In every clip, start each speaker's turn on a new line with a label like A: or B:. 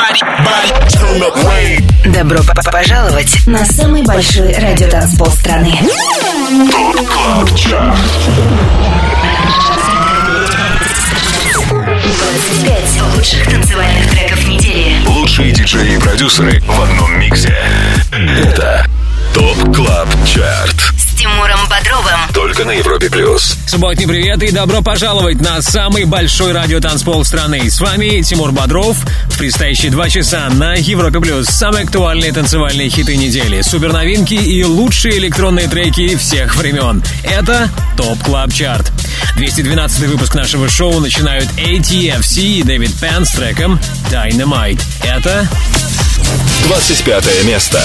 A: Добро пожаловать на самый большой радиотанцпол страны.
B: ТОП КЛАБ ЧАРТ.
A: 25 лучших танцевальных треков недели.
B: Лучшие диджеи и продюсеры в одном миксе. Это ТОП КЛАБ ЧАРТ.
A: С Тимуром Бодровым.
B: Только на Европе Плюс.
C: Субботний привет и добро пожаловать на самый большой радиотанцпол страны. С вами Тимур Бодров. В предстоящие 2 часа на Европе Плюс самые актуальные танцевальные хиты недели, суперновинки и лучшие электронные треки всех времен. Это ТОП КЛАБ ЧАРТ. 212-й выпуск нашего шоу начинают ATFC и Дэвид Пен с треком Dynamite. Это
B: 25 место.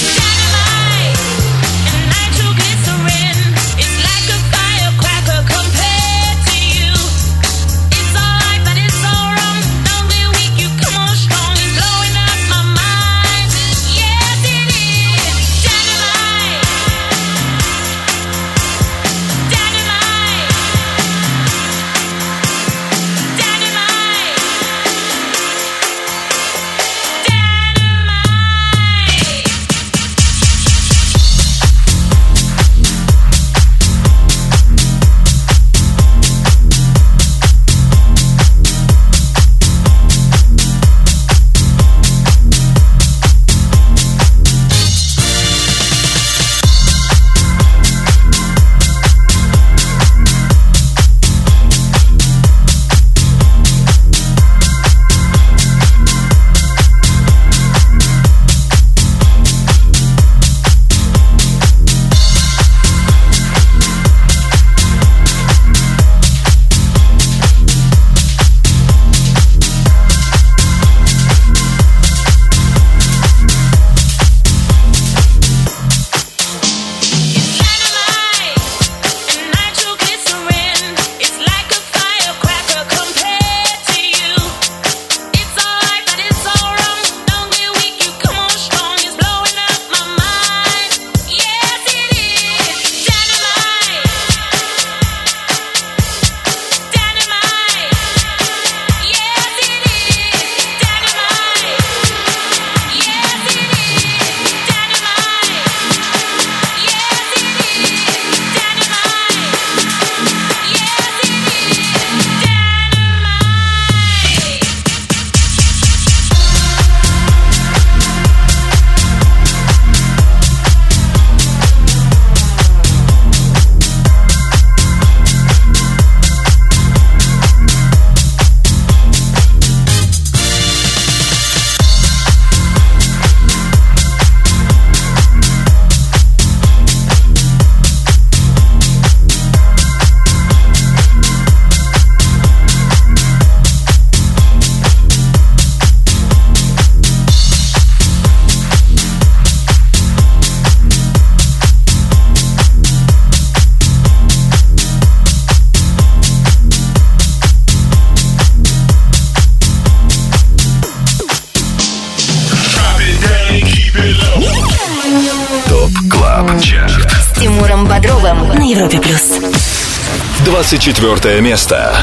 A: С Тимуром Бодровым на Европе Плюс.
B: 24 место.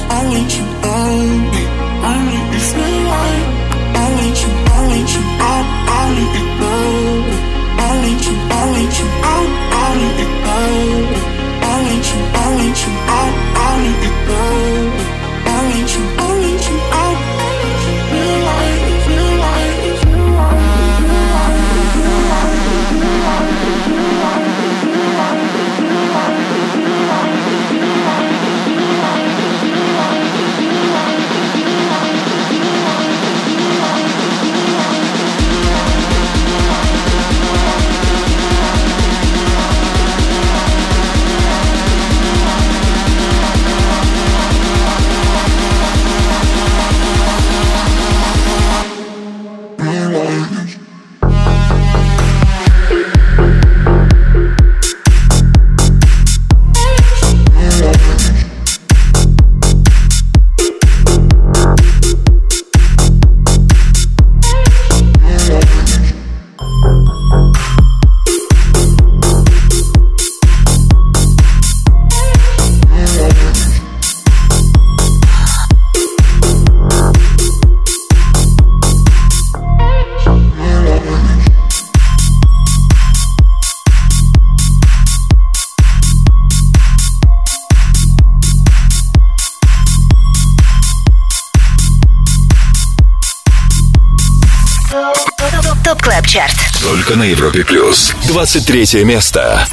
B: Только на Европе Плюс. 23 место.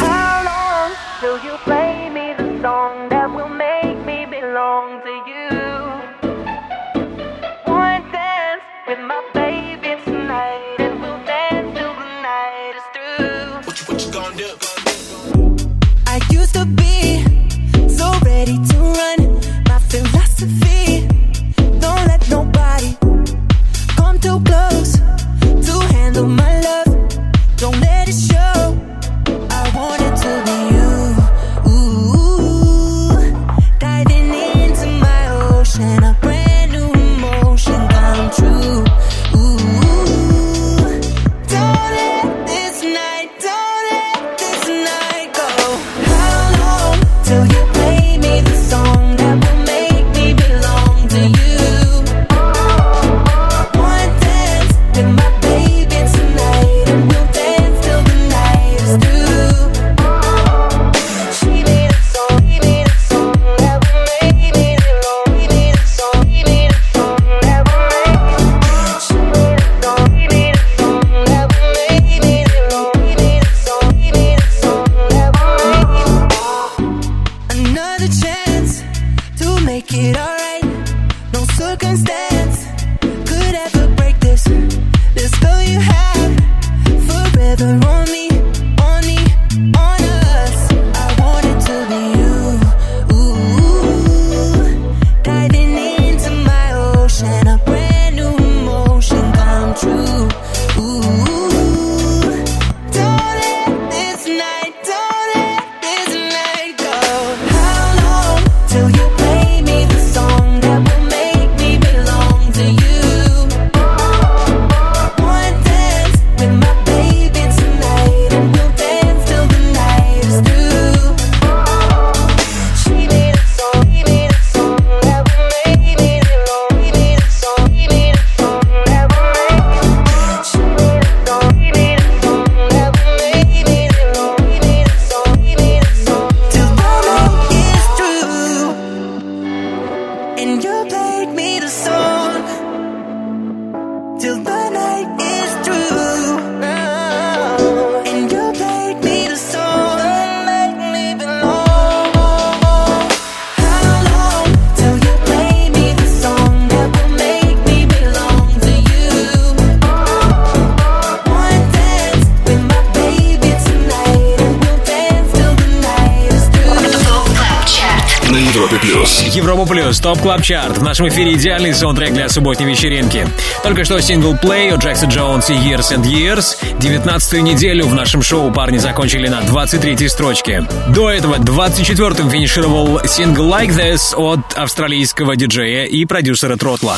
C: Европа Плюс, ТОП Клаб Чарт. В нашем эфире идеальный саундтрек для субботней вечеринки. Только что сингл Play от Jackson Jones и Years and Years. 19-ю неделю в нашем шоу парни закончили на 23-й строчке. До этого 24-м финишировал сингл Like This от австралийского диджея и продюсера Тротла.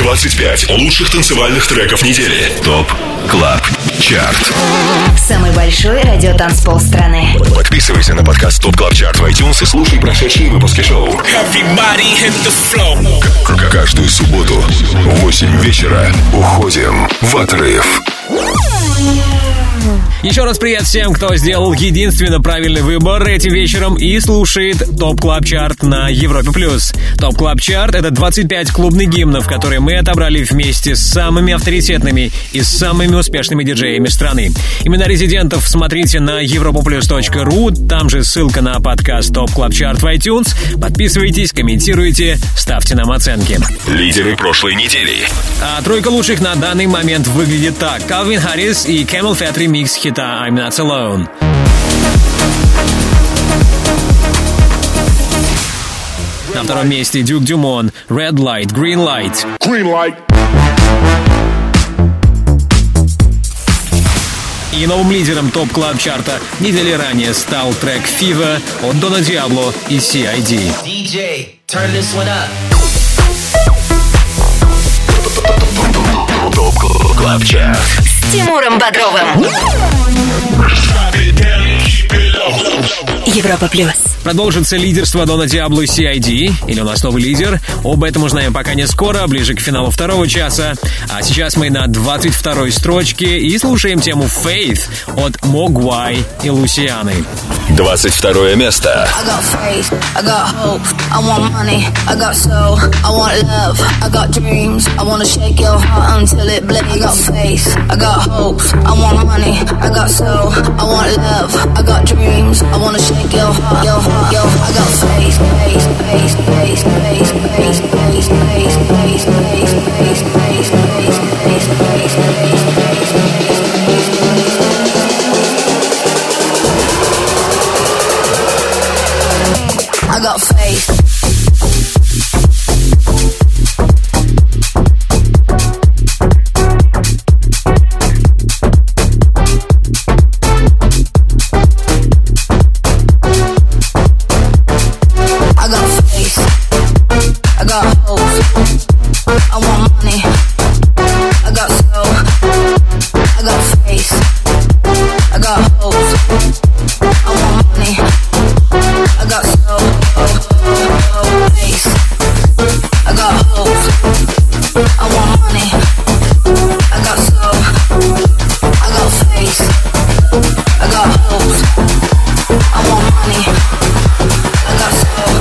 B: 25 лучших танцевальных треков недели. ТОП Клаб Чарт.
A: Самый большой радиотанцпол страны.
B: Подписывайся на подкаст ТОП Клаб Чарт в iTunes iTunes и слушай прошедшие выпуски шоу. Каждую субботу в 8 вечера уходим в отрыв.
C: Еще раз привет всем, кто сделал единственно правильный выбор этим вечером и слушает ТОП Клаб Чарт на Европе+. ТОП Клаб Чарт — это 25 клубных гимнов, которые мы отобрали вместе с самыми авторитетными и самыми успешными диджеями страны. Имена резидентов смотрите на europoplus.ru, там же ссылка на подкаст ТОП Клаб Чарт в iTunes. Подписывайтесь, комментируйте, ставьте нам оценки.
B: Лидеры прошлой недели.
C: А тройка лучших на данный момент выглядит так. Калвин Харрис и Camel Fat ремикс хита I'm Not Alone. На втором месте Duke Dumont, Red Light, Green Light.
D: Green Light.
C: И новым лидером ТОП Клаб Чарта недели ранее стал трек Fever от Дона Диабло и C.I.D.
E: DJ, turn this one up.
B: ТОП Клаб Чарт
A: С Тимуром Бодровым. Европа Плюс.
C: Продолжится лидерство Дона Диабло и C.I.D. Или у нас новый лидер? Об этом узнаем пока не скоро, ближе к финалу второго часа. А сейчас мы на 22-й строчке и слушаем тему Faith от Mogwai и Лусианы.
B: 22 место.
F: I got faith, I got hope, I want money, I got soul, I want love, I got dreams, I wanna shake your heart until it bleeds. I got faith, I got hope, I want money, I got soul, I want love, I got dreams, I wanna shake your heart, your heart, your heart. I got faith, faith, faith, faith, faith, faith, faith, faith, faith, faith, faith, faith, faith, faith, faith, faith. I got faith. I got faith. I got hope. I want money. I got soul. I got faith. I got hope. I want money. I got soul. Faith. I got hope. I want money. I got soul. I got faith. I got hope. I want money. I got soul.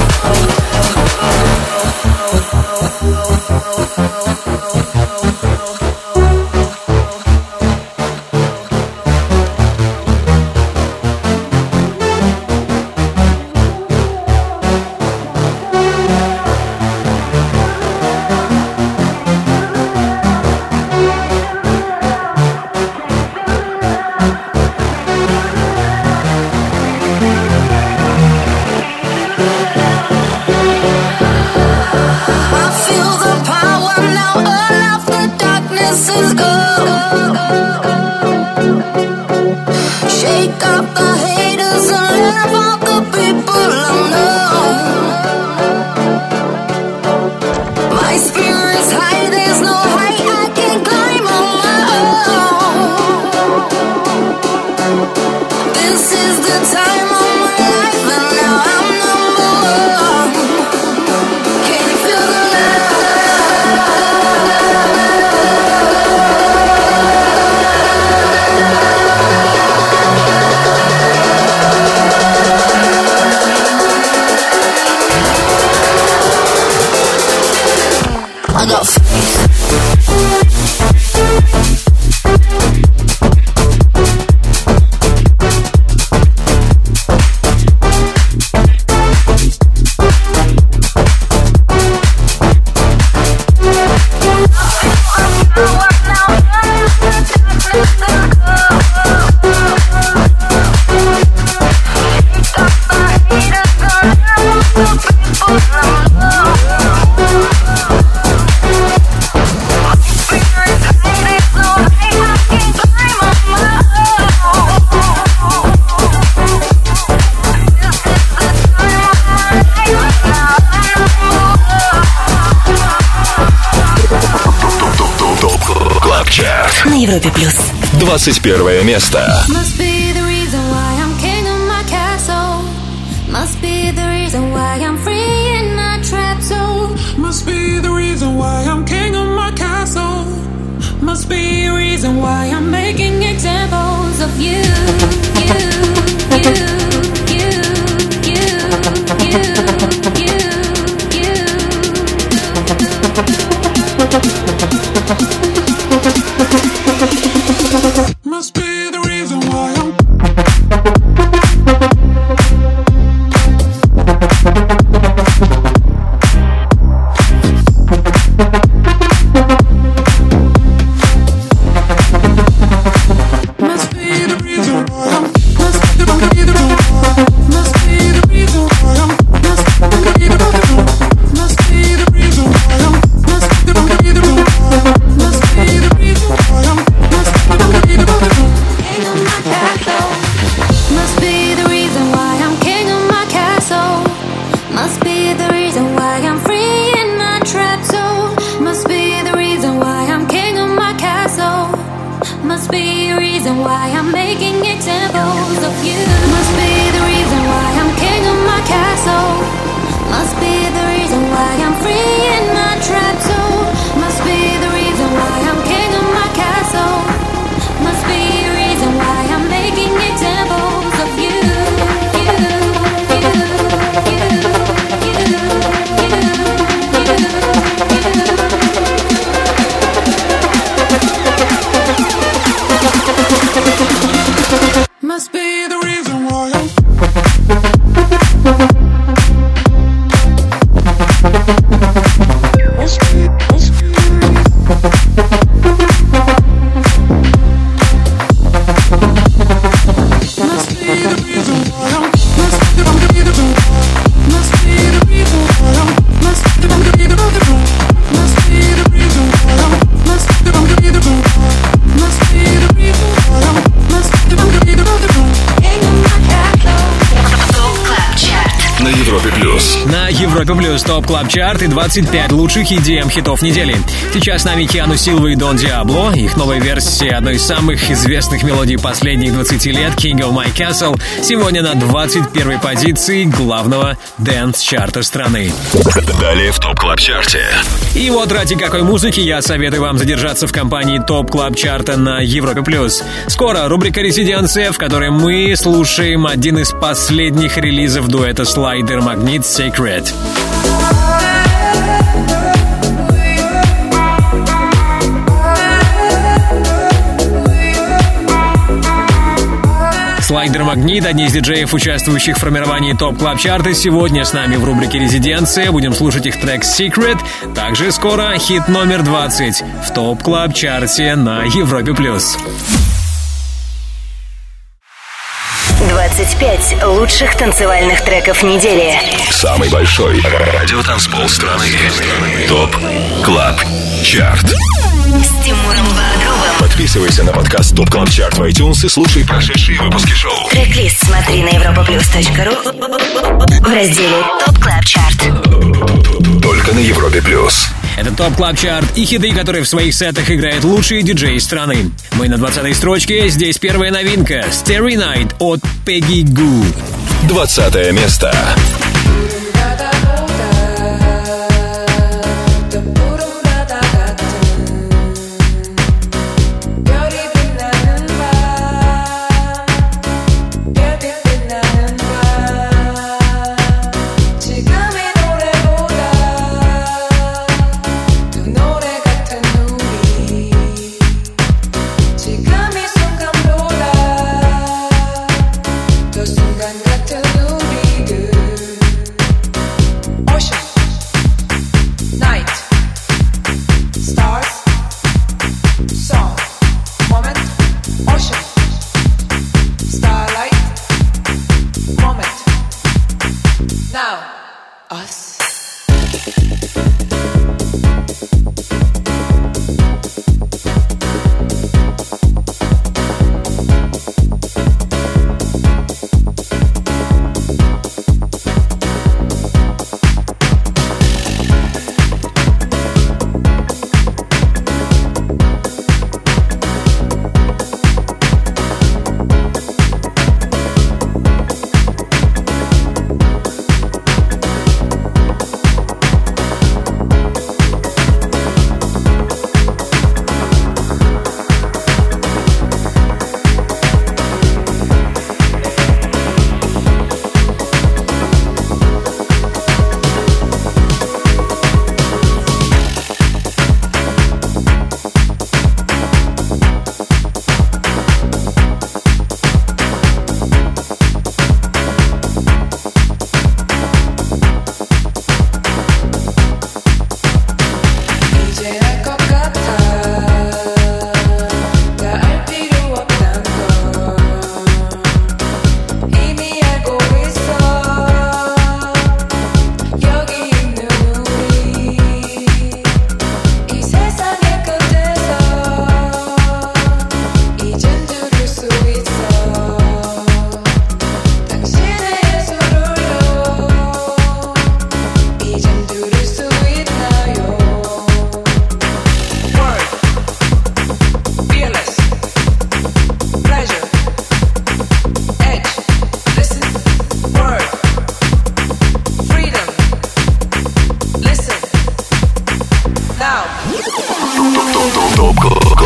A: На Европе Плюс.
B: 21 место.
G: Must be the reason why I'm king of my castle. Must be the
D: reason why I'm free in my trap zone.
G: Must be the reason why I'm king of my castle. Must be a reason why I'm making examples of you. Must be the reason why I'm
C: Европе Плюс ТОП Клаб Чарт и 25 лучших EDM хитов недели. Сейчас с нами Киану Силва и Дон Диабло. Их новая версия одной из самых известных мелодий последних 20 лет, King of My Castle, сегодня на 21-й позиции главного дэнс-чарта страны.
B: Далее в ТОП Клаб Чарте.
C: И вот ради какой музыки я советую вам задержаться в компании ТОП Клаб Чарта на Европе Плюс. Скоро рубрика «Резиденция», в которой мы слушаем один из последних релизов дуэта Slider Magnet Secret. Slider Magnet, одни из диджеев, участвующих в формировании ТОП Клаб Чарта, сегодня с нами в рубрике «Резиденция». Будем слушать их трек «Secret». Также скоро хит номер 20 в ТОП Клаб Чарте на Европе+.
A: 25 лучших танцевальных треков недели.
B: Самый большой радиотанцпол страны. ТОП Клаб Чарт.
A: С Тимуром Бодровым.
B: Подписывайся на подкаст ТОП Клаб Чарт в iTunes и слушай прошедшие выпуски шоу.
A: Трек-лист смотри на europaplus.ru в разделе ТОП Клаб Чарт.
B: Только на Европе Плюс.
C: Это ТОП Клаб Чарт и хиты, которые в своих сетах играют лучшие диджеи страны. Мы на 20-й строчке. Здесь первая новинка Starry Night от Peggy Gou.
B: 20 место.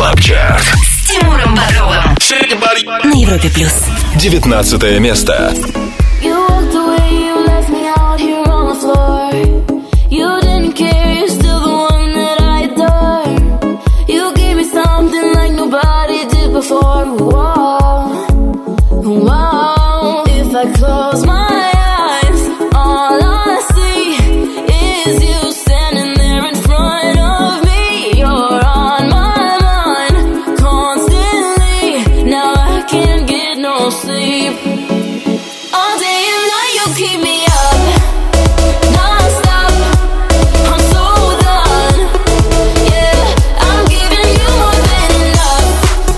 B: Клаб Чарт
A: с Тимуром Бодровым на Европе плюс.
B: 19 место.
D: Before, whoa, whoa. If I close my eyes, all I see is you standing there in front of me. You're on my mind constantly. Now I can't get no sleep. All day and night you keep me up, non-stop. I'm so done. Yeah, I'm giving you more than enough.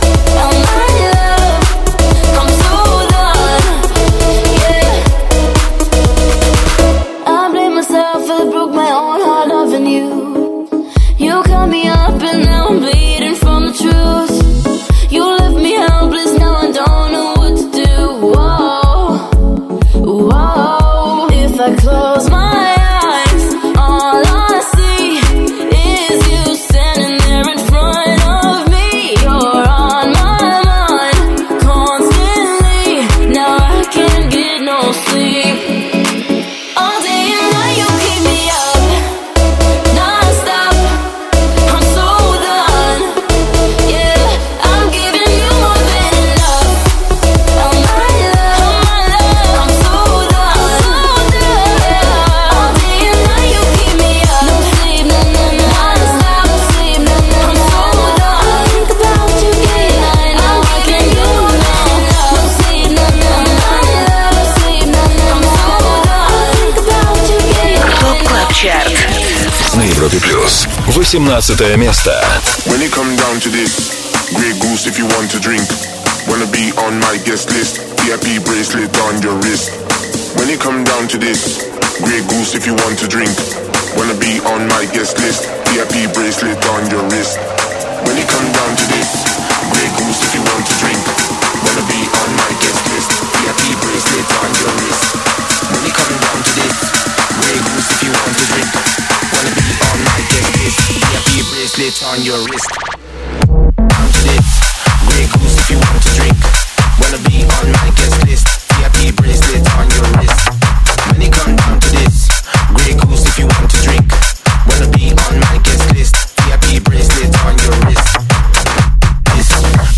D: Close my eyes, all I see is you standing there in front of me. You're on my mind constantly. Now I can't get no sleep. All day and night you keep me up, non-stop. I'm so done. Yeah, I'm giving you more than enough. Oh my love, I'm so done. All day and night you keep me up, no sleep, non-stop, no sleep, I'm so done. Think about you day and night, I'm giving you now. No sleep, no sleep, I'm so done. Think about you day and night.
A: Топ Клаб Чарт
B: На Европе Плюс. 18 место.
H: When it come down to this, Grey Goose if you want to drink. Wanna be on my guest list, VIP bracelet on your wrist. When it come down to this, Grey Goose if you want to drink. Wanna be on my guest list, VIP bracelet on your wrist. When it come down to this, Grey Goose if you want to drink. Wanna be on my guest list, VIP bracelet on your wrist. When it come down to this, Grey Goose if you want to drink. Wanna be on my guest list, VIP bracelet on your wrist. Down to this, Grey Goose if you want to drink. Wanna be on my guest list, VIP bracelet on your wrist. When it come down to this, Grey Goose if you want to drink. Wanna be on my guest list, VIP bracelet on your wrist. This.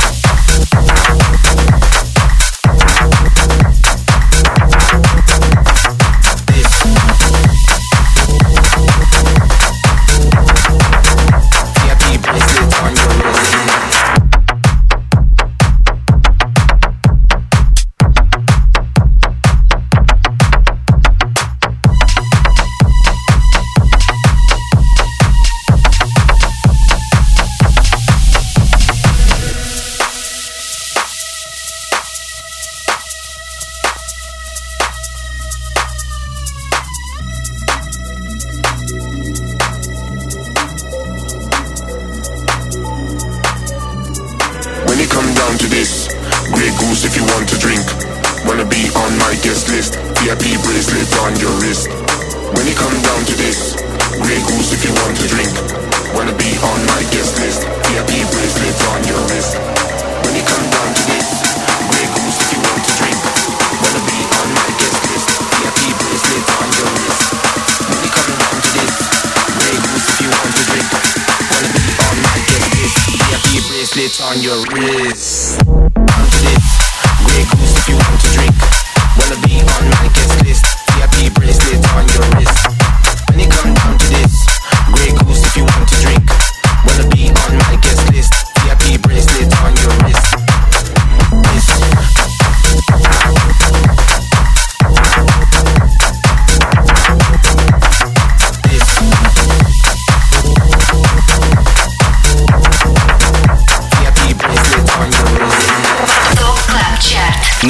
H: VIP bracelet on your wrist. When it come down to this, Grey Goose if you want to drink. Wanna be on my guest list, VIP bracelet on your wrist. When it come down to this, Grey Goose if you want to drink. Wanna be on my guest list, VIP bracelet on your wrist. When it come down to this, Grey Goose if you want to drink. Wanna be on my guest list, VIP bracelet on your wrist. When it come down to this, Grey Goose if you want to drink. Wanna be on my guest list, VIP bracelet on your wrist. Down to this, Grey Goose if you want to drink. Wanna be on my guest list, VIP bracelet on your wrist. When it come down to this, Grey Goose if you want to drink. Wanna be on my guest list, VIP bracelet on your wrist. This. This. VIP bracelet on your wrist.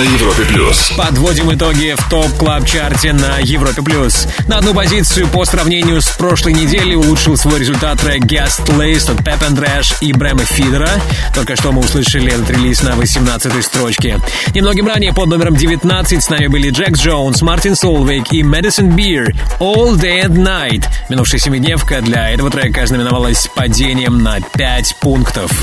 B: на Европе плюс.
C: Подводим итоги в ТОП Клаб Чарте на Европе плюс. На одну позицию по сравнению с прошлой неделей улучшил свой результат трек Guest List от Pep and Trash и Брэма Фидера. Только что мы услышали этот релиз на 18-й строчке. Немногим ранее под номером 19 с нами были Джекс Джонс, Мартин Солвейг и Madison Beer All Day and Night. Минувшая семидневка для этого трека знаменовалась падением на 5 пунктов.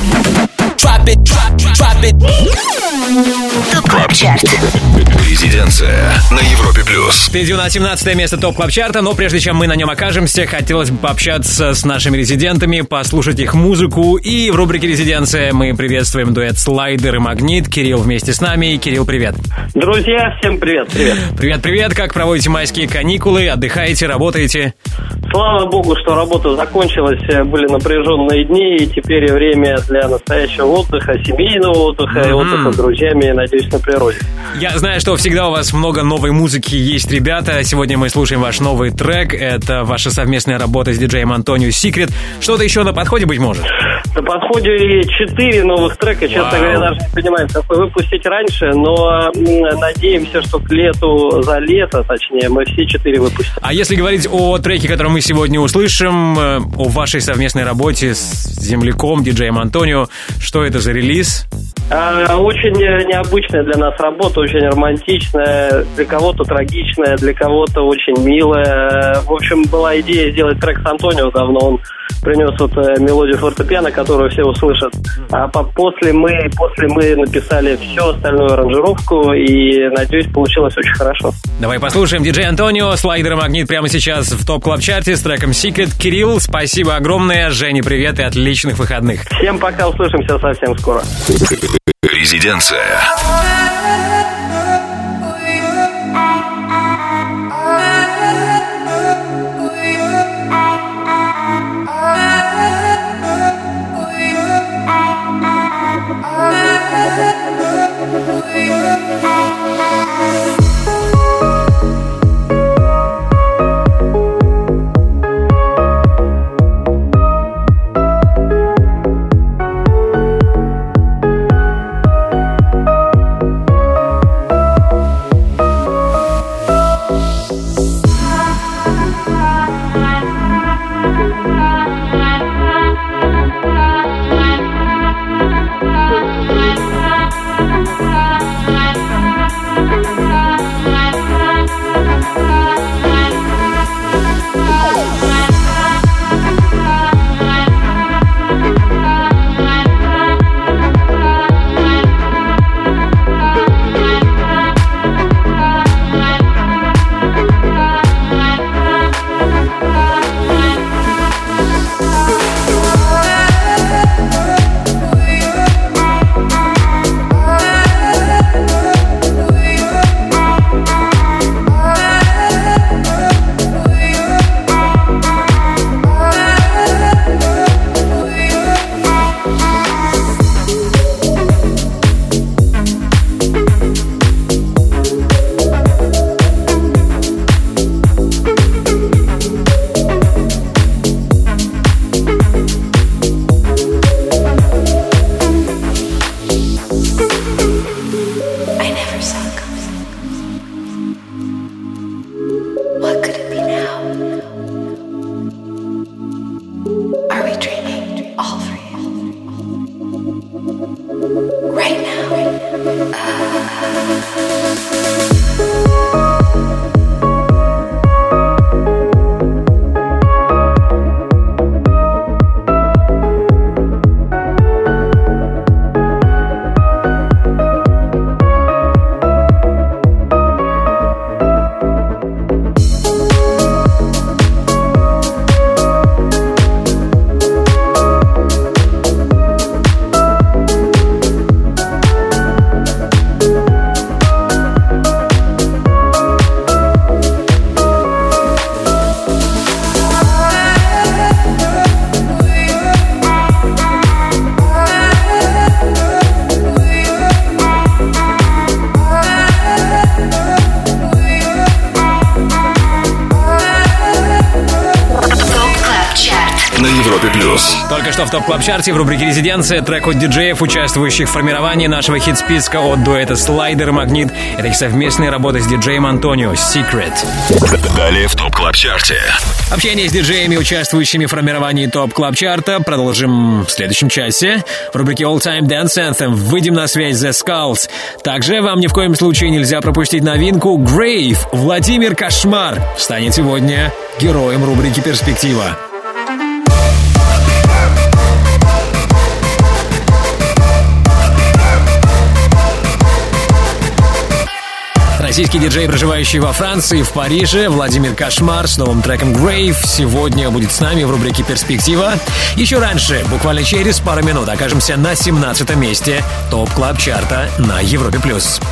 A: ТОП Клаб Чарт.
B: Резиденция на Европе плюс.
C: Впереди у нас 17 место ТОП Клаб Чарта, но прежде чем мы на нем окажемся, хотелось бы пообщаться с нашими резидентами, послушать их музыку. И в рубрике «Резиденция» мы приветствуем дуэт «Слайдер» и «Магнит». Кирилл вместе с нами. Кирилл, привет.
I: Друзья, всем привет.
C: Привет. Как проводите майские каникулы? Отдыхаете, работаете?
I: Слава богу, что работа закончилась, были напряженные дни, и теперь время для настоящего отдыха, семейного отдыха и отдыха с друзьями, надеюсь, на природе.
C: Я знаю, что всегда у вас много новой музыки есть, ребята. Сегодня мы слушаем ваш новый трек. Это ваша совместная работа с диджеем Антонио Secret. Что-то еще на подходе, быть может?
I: На подходе 4 новых трека. Честно говоря, даже не понимаем, какой выпустить раньше, но надеемся, что к лету, за лето, точнее, мы все 4 выпустим.
C: А если говорить о треке, который мы сегодня услышим, о вашей совместной работе с земляком, диджеем Антонио, что это за релиз?
I: Очень необычная для нас работа, очень романтичная, для кого-то трагичная, для кого-то очень милая. В общем, была идея сделать трек с Антонио давно, он принес вот мелодию фортепиано, которую все услышат. А после мы написали всю остальную аранжировку, и, надеюсь, получилось очень хорошо.
C: Давай послушаем диджей Антонио, Слайдер и Магнит прямо сейчас в ТОП Клаб Чарте с треком Secret. Кирилл, спасибо огромное. Жене, привет и отличных выходных.
I: Всем пока, услышимся совсем скоро.
B: Резиденция. Европе+.
C: Только что в топ-клаб-чарте в рубрике «Резиденция» трек от диджеев, участвующих в формировании нашего хит-списка от дуэта «Слайдер» и «Магнит». Это их совместная работа с диджеем Антонио «Secret».
B: Далее в топ-клаб-чарте.
C: Общение с диджеями, участвующими в формировании топ-клаб-чарта, продолжим в следующем часе. В рубрике All Time Dance Anthem выйдем на связь The Skulls. Также вам ни в коем случае нельзя пропустить новинку Grave. Владимир Кошмар станет сегодня героем рубрики «Перспектива». Российский диджей, проживающий во Франции, в Париже, Владимир Кошмар с новым треком Grave сегодня будет с нами в рубрике «Перспектива». Еще раньше, буквально через пару минут, окажемся на 17-м месте топ-клаб-чарта на Европе+.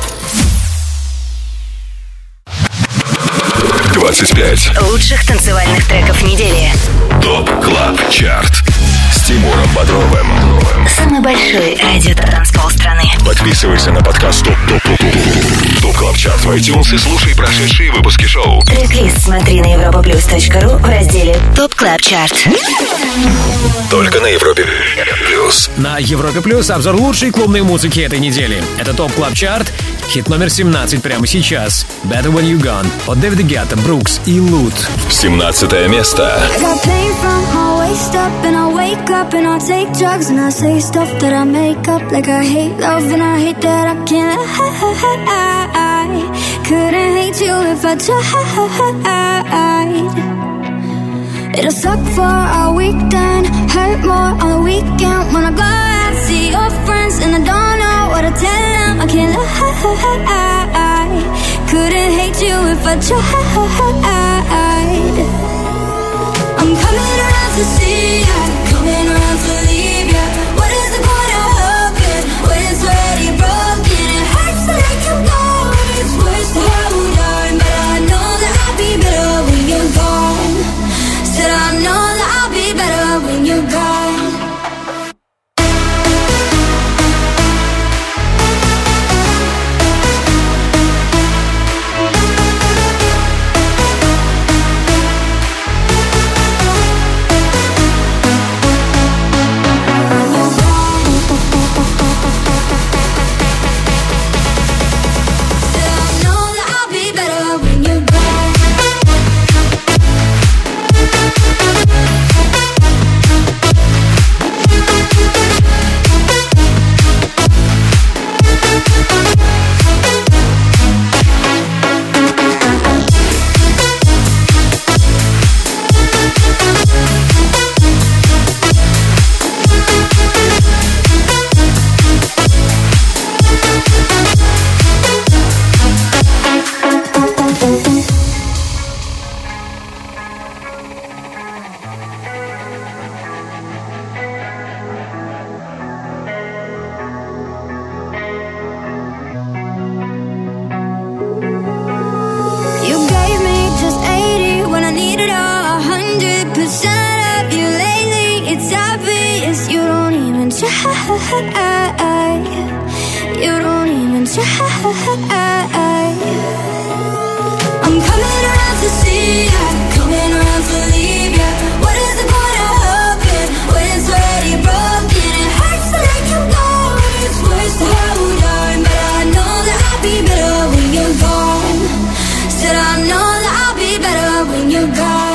B: 25
A: лучших танцевальных треков недели.
B: ТОП КЛАБ ЧАРТ с Тимуром Бодровым.
A: Самый большой радио-транспол страны.
B: Подписывайся на подкаст ТОП КЛАБ ЧАРТ в iTunes и слушай прошедшие выпуски шоу.
A: Трек-лист смотри на europaplus.ru в разделе ТОП КЛАБ ЧАРТ.
B: Только на Европе+.
C: На Европе Плюс обзор лучшей клубной музыки этой недели. Это ТОП КЛАБ ЧАРТ, хит номер 17 прямо сейчас. Better When You Gone от Дэвида Гетта, Брукс и Лут.
B: 17 место.
J: Waist up and I wake up and I take drugs and I say stuff that I make up like I hate love and I hate that I can't I couldn't hate you if I tried. It'll suck for a weekend, hurt more on the weekend when I go out, see your friends and I don't know what to tell them. I can't lie, couldn't hate you if I tried. I'm coming around to see ya, coming around to leave ya. What is the point of hoping when it's already broken? It hurts to let you go, it's worse to hold on. But I know that I'll be better when you're gone. Said I know that I'll be better when you're gone. You don't even try. I'm coming around to see ya, coming around to leave ya. What is the point of hoping when it's already broken? It hurts to let you go, it's worse to hold on. But I know that I'll be better when you're gone. Said I know that I'll be better when you're gone.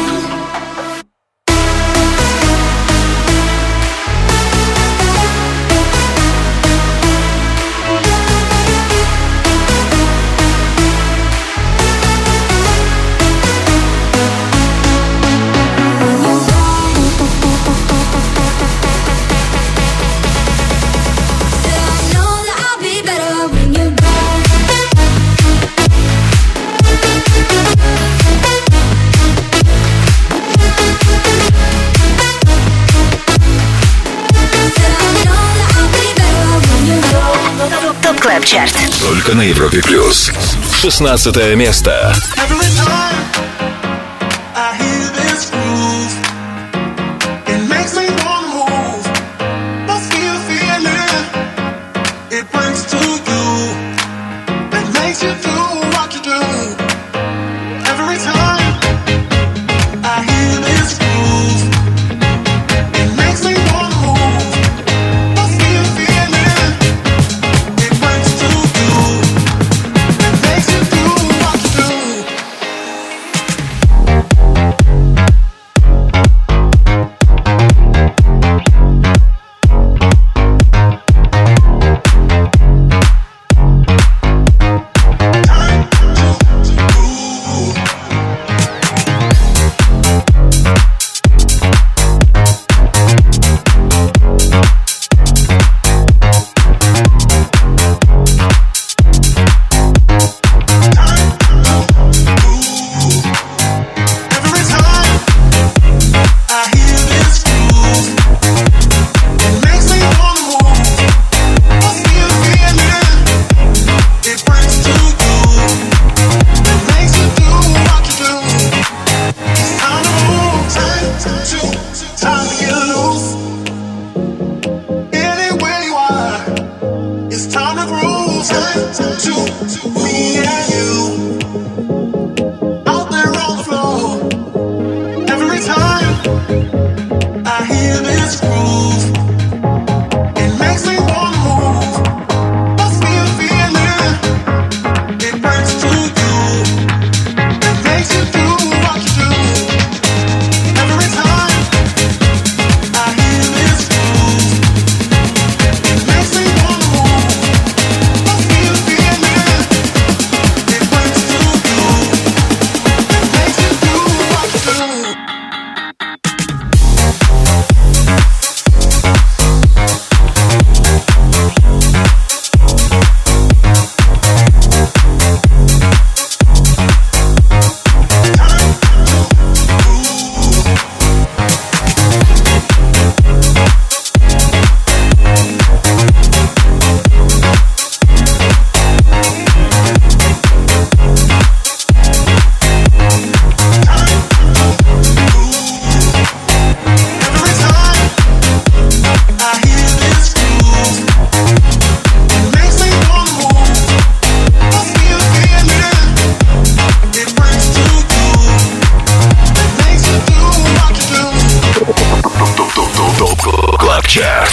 A: Клаб Чарт.
B: Только на Европе Плюс. 16 место.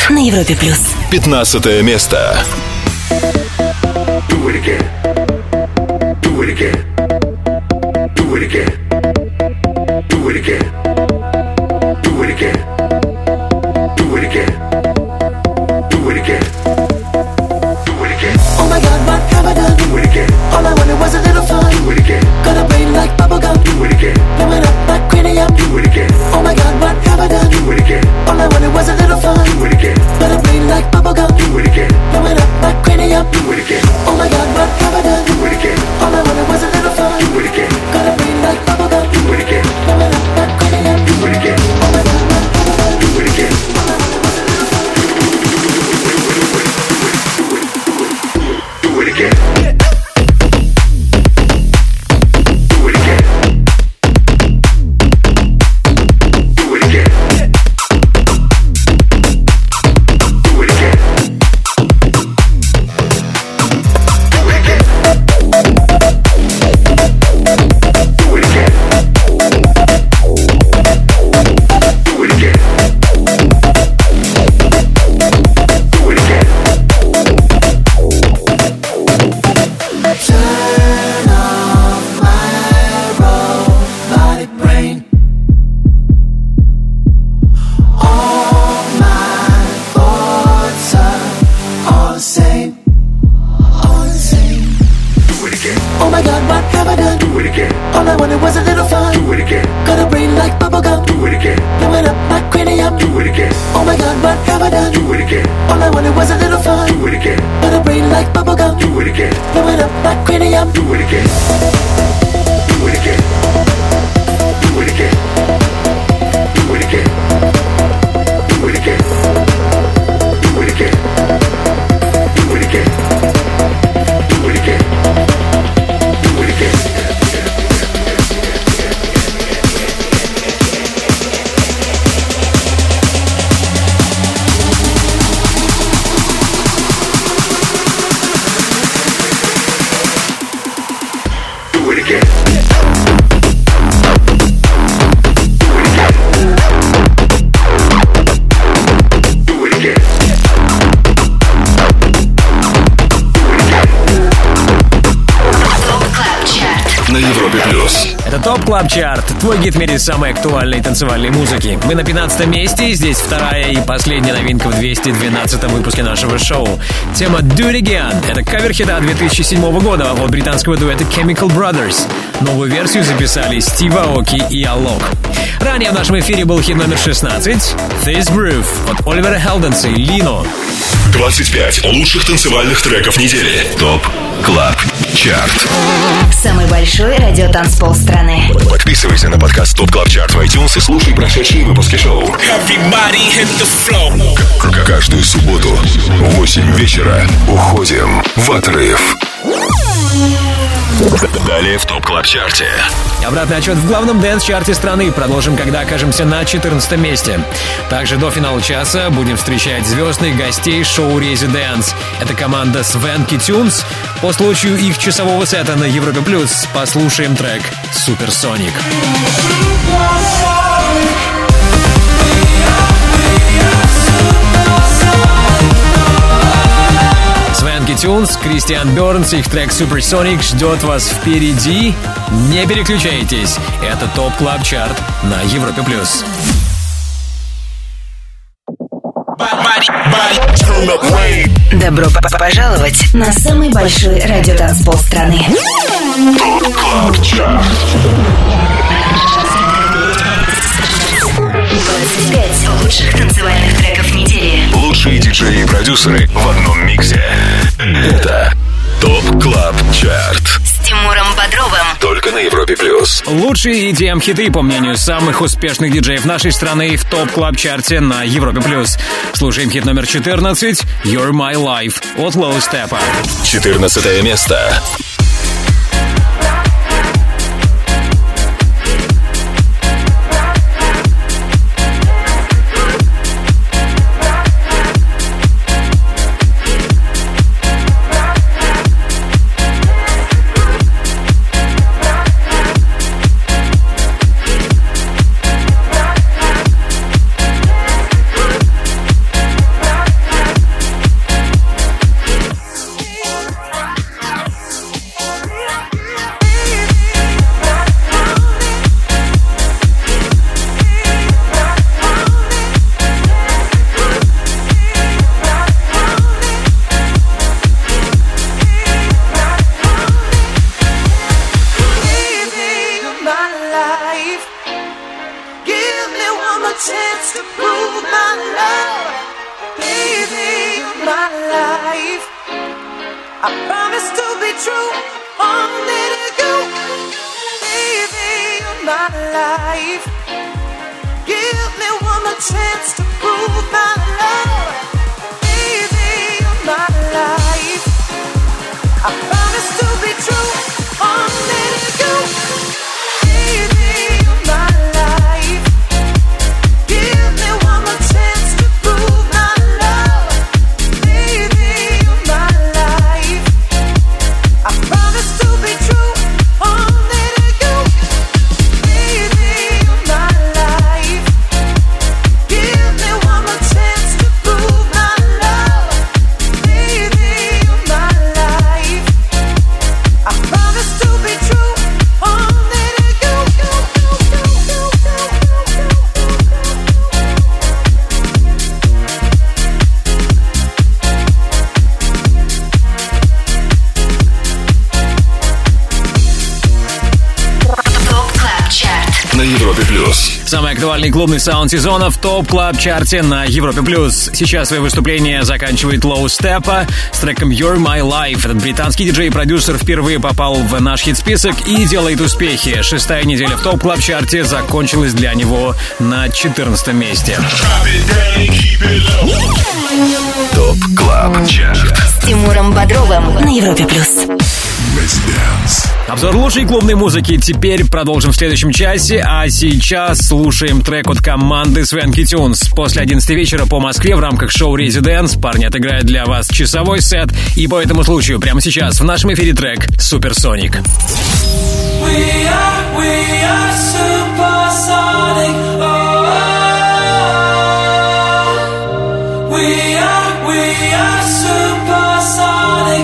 A: на Европе+.
B: 15 место.
H: Do it again. Do it again. Do it again. Do it again. Do it again. Do it again. Do it again. Do it again.
K: Oh my God, what have I done?
H: Do it again.
K: All I wanted was a little fun.
H: Do it again.
K: Got a brain like bubblegum.
H: Do it again.
K: Blowing up like cranium.
H: Do it again.
K: Oh my God, what have I done?
H: Do it again.
K: All I wanted was a little fun.
H: Do it again.
K: Got a brain like bubblegum.
H: Do it again.
K: Blowing up like cranium.
H: Do it again.
K: Oh my God, what have I done?
H: Do it again.
K: All I wanted was a little fun.
H: Do it again.
K: Got a brain like bubblegum.
H: Do it again.
K: Blowing up like cranium.
H: Do it again.
K: Oh my God, what have I done?
H: Do it again.
K: All I wanted was a little fun.
H: Do it again.
C: ТОП Клаб Чарт. Твой гид в мире самой актуальной танцевальной музыки. Мы на 15 месте, здесь вторая и последняя новинка в 212-м выпуске нашего шоу. Тема Do It Again. Это кавер-хита 2007 года от британского дуэта Chemical Brothers. Новую версию записали Стив Аоки и Алок. Ранее в нашем эфире был хит номер 16 This Groove от Оливера Хелденса и Лино.
B: 25 лучших танцевальных треков недели. ТОП Клаб Чарт.
A: Самый большой радиотанцпол страны.
B: Подписывайся на подкаст ТОП Клаб Чарт в iTunes и слушай прошедшие выпуски шоу. Каждую субботу в 8 вечера уходим в отрыв. Далее в ТОП Клаб Чарте.
C: Обратный отчет в главном дэнс-чарте страны. Продолжим, когда окажемся на 14 месте. Также до финала часа будем встречать звездных гостей шоу «Резиденс». Это команда Swanky Tunes. По случаю их часового сета на Европе Плюс послушаем трек «Суперсоник». Swanky Tunes, Кристиан Бернс, их трек Supersonic ждет вас впереди. Не переключайтесь. Это ТОП Клаб Чарт на Европе Плюс.
A: Добро пожаловать на самый большой радиотанцпол страны.
B: ТОП Клаб Чарт.
A: 25 лучших танцевальных треков недели.
B: Лучшие диджеи и продюсеры в одном миксе. Это ТОП Клаб Чарт.
A: С Тимуром Бодровым.
B: Только на Европе Плюс.
C: Лучшие EDM-хиты, по мнению самых успешных диджеев нашей страны, в ТОП Клаб Чарте на Европе Плюс. Слушаем хит номер 14 «You're My Life» от Low Steppa.
B: 14 место.
L: chance to prove my love. Baby, you're my life. I promise to be true, only to you. Baby, you're my life. Give me one more chance to prove my love. Baby, you're my life. I promise to be true, only to you. Baby, you're my life. Give me one more chance to prove my love. Baby, you're my life. I promise to be true, only to you. Baby, you're my life. Give me one more chance to prove my love. Baby, you're my life. I promise to be true, only to you.
A: ТОП Клаб Чарт
B: На Европе плюс.
C: Самый актуальный клубный саунд сезона в ТОП Клаб Чарте на Европе плюс. Сейчас свое выступление заканчивает Low Steppa с треком You're My Life. Этот британский диджей и продюсер впервые попал в наш хит-список и делает успехи. 6-я неделя в ТОП Клаб Чарте закончилась для него на 14-м месте.
B: ТОП Клаб Чарт.
A: с Тимуром Бодровым на Европе плюс.
C: Обзор лучшей клубной музыки теперь продолжим в следующем часе, а сейчас слушаем трек от команды Swanky Tunes. После 11 вечера по Москве в рамках шоу Residence парни отыграют для вас часовой сет, и по этому случаю прямо сейчас в нашем эфире трек Supersonic.
G: We are supersonic. We are supersonic.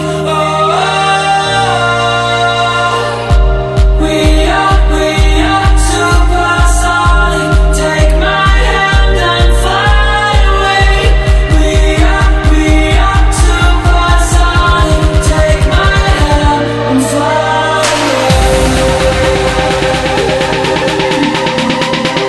G: We are supersonic. Take my hand and fly away. We are supersonic. Take my hand and fly away.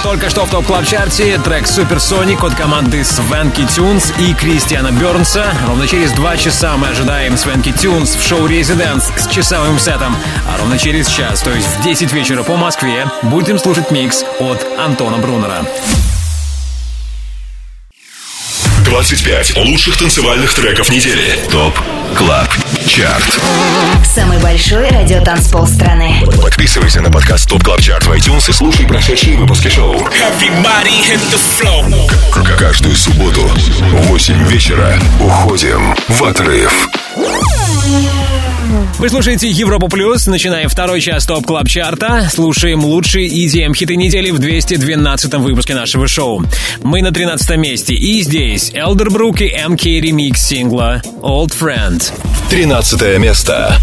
C: Только что в топ-клаб-чарте трек Supersonic от команды Swanky Tunes и Кристиана Бернса. Ровно через 2 часа мы ожидаем Swanky Tunes в шоу Residence с часовым сетом. А ровно через час, то есть в 10 вечера по Москве, будем слушать микс от Антона Брунера.
B: 25 лучших танцевальных треков недели. ТОП КЛАБ ЧАРТ.
A: Самый большой радиотанцпол страны.
B: Подписывайся на подкаст ТОП КЛАБ ЧАРТ в iTunes и слушай прошедшие выпуски шоу. Каждую субботу в 8 вечера уходим в отрыв.
C: Вы слушаете Европу Плюс, начинаем второй час ТОП Клаб Чарта. Слушаем лучшие EDM-хиты недели в 212-м выпуске нашего шоу. Мы на 13-м месте, и здесь Elderbrook и MK ремикс сингла Old Friend.
B: 13 место.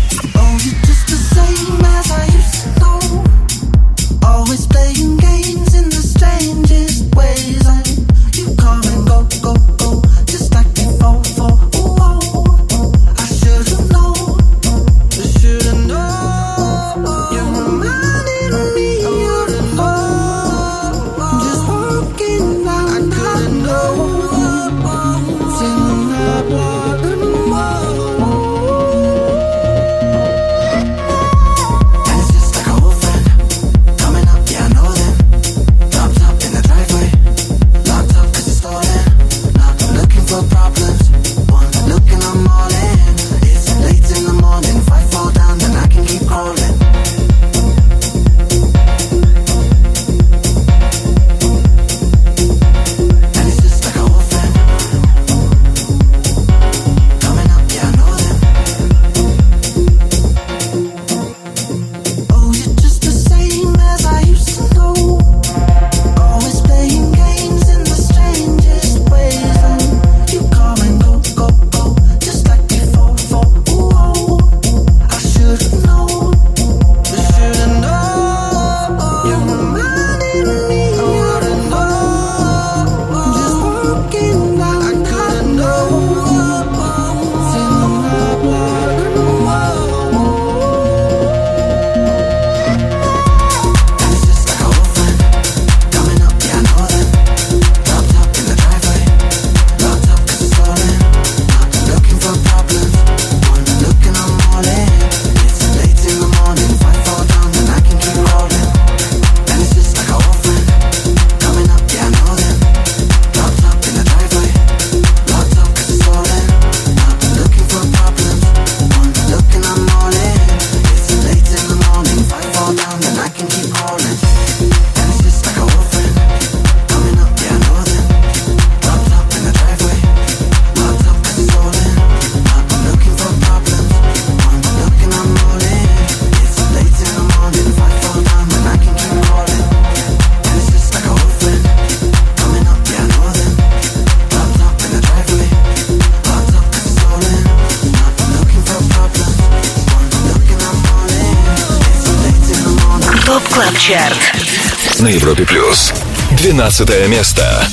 A: Чарт.
B: На Европе Плюс. 12 место.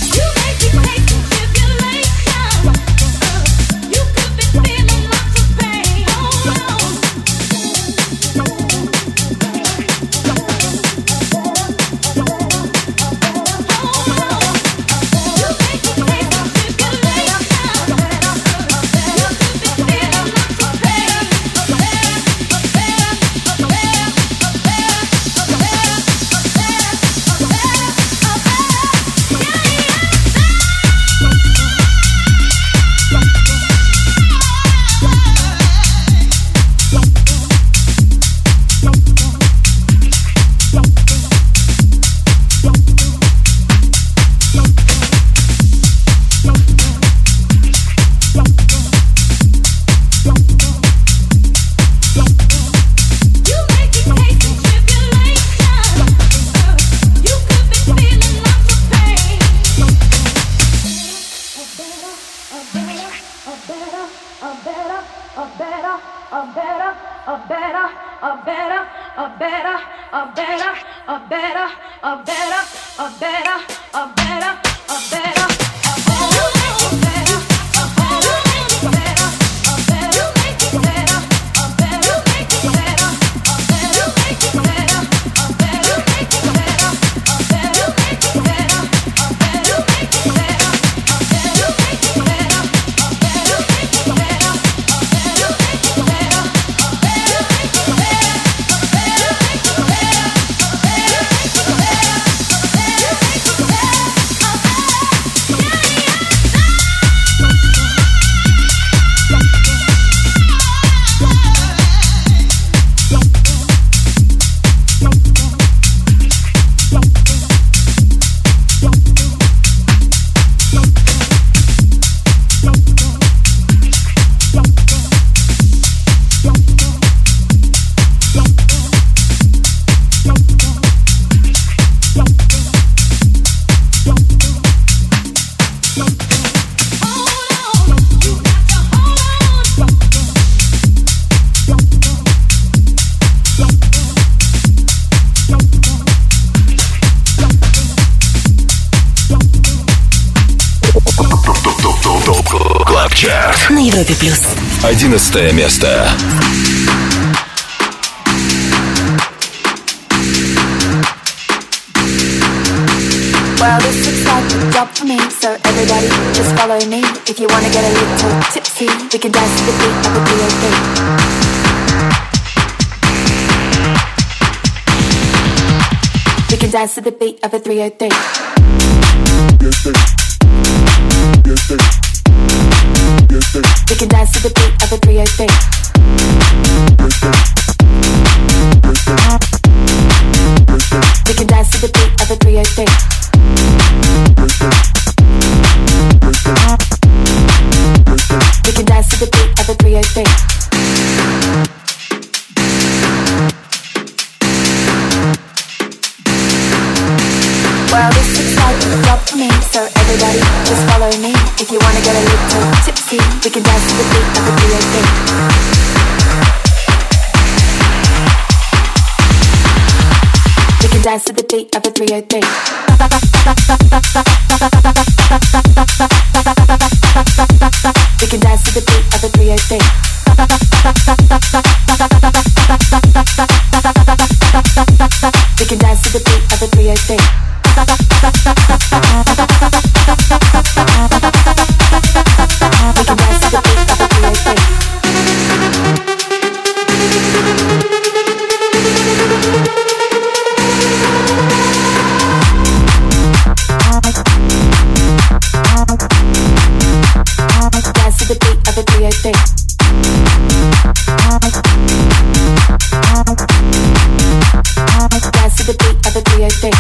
A: Европе+.
B: 11 место.
J: Well, this looks like a job for me, so everybody just follow me. If you wanna get a little tipsy, we can dance to the beat of a DOB. We can dance to the beat of a 303. We can dance to the beat of a 303. We can dance to the beat of a 303. We can dance to the beat of a 303. Well, this looks like a job for me, so everybody just follow me. If you wanna get a little tipsy, we can dance to the beat of a 303. We can dance to the beat of a 303. We can dance to the beat of a 303. We can dance to the beat of a 303. We can dance to the beat of a 303. Dance to the beat of a 303. Dance to the beat of a 303.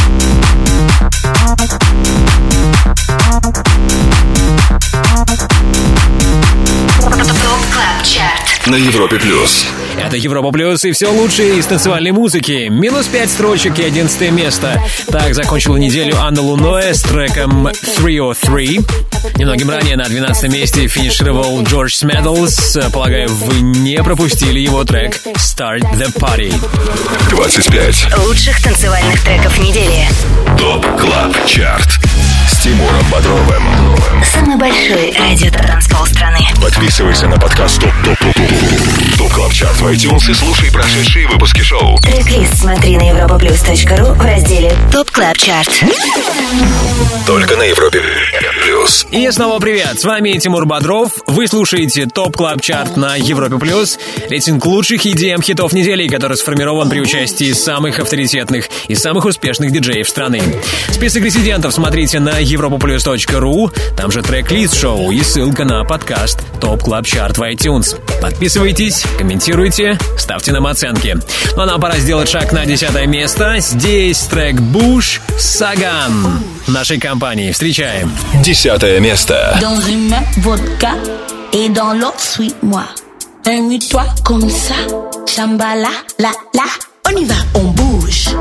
B: На Европе Плюс.
C: Это Европа Плюс и все лучшее из танцевальной музыки. Минус 5 строчек и 11 место. Так закончила неделю Анна Луноэ с треком 303. Немногим ранее на 12 месте финишировал Джордж Смэдлс. Полагаю, вы не пропустили его трек Start the Party.
B: 25
A: Лучших танцевальных треков недели.
B: ТОП Клаб Чарт с Тимуром Бодровым.
A: Самый большой радиотанцпол страны.
B: Подписывайся на подкаст ТОП Клаб Чарт в iTunes и слушай прошедшие выпуски шоу.
A: Трек-лист смотри на europaplus.ru в разделе ТОП Клаб Чарт.
B: Только на Европе Плюс.
C: И снова привет, с вами Тимур Бодров. Вы слушаете ТОП Клаб Чарт на Европе Плюс. Рейтинг лучших EDM хитов недели, который сформирован при участии самых авторитетных и самых успешных диджеев страны. Список резидентов смотрите на europaplus.ru. Там же трек-лист шоу и ссылка на подкаст ТОП Клаб Чарт в iTunes. Подписывайтесь, комментируйте, ставьте нам оценки. Ну а нам пора сделать шаг на 10 место. Здесь трек Bush Sagan нашей компании. Встречаем.
B: 10 место.
M: Dans une main, vodka, et dans l'autre, suis-moi. Remue-toi comme ça, chambala, la, la. On y va, on bouge.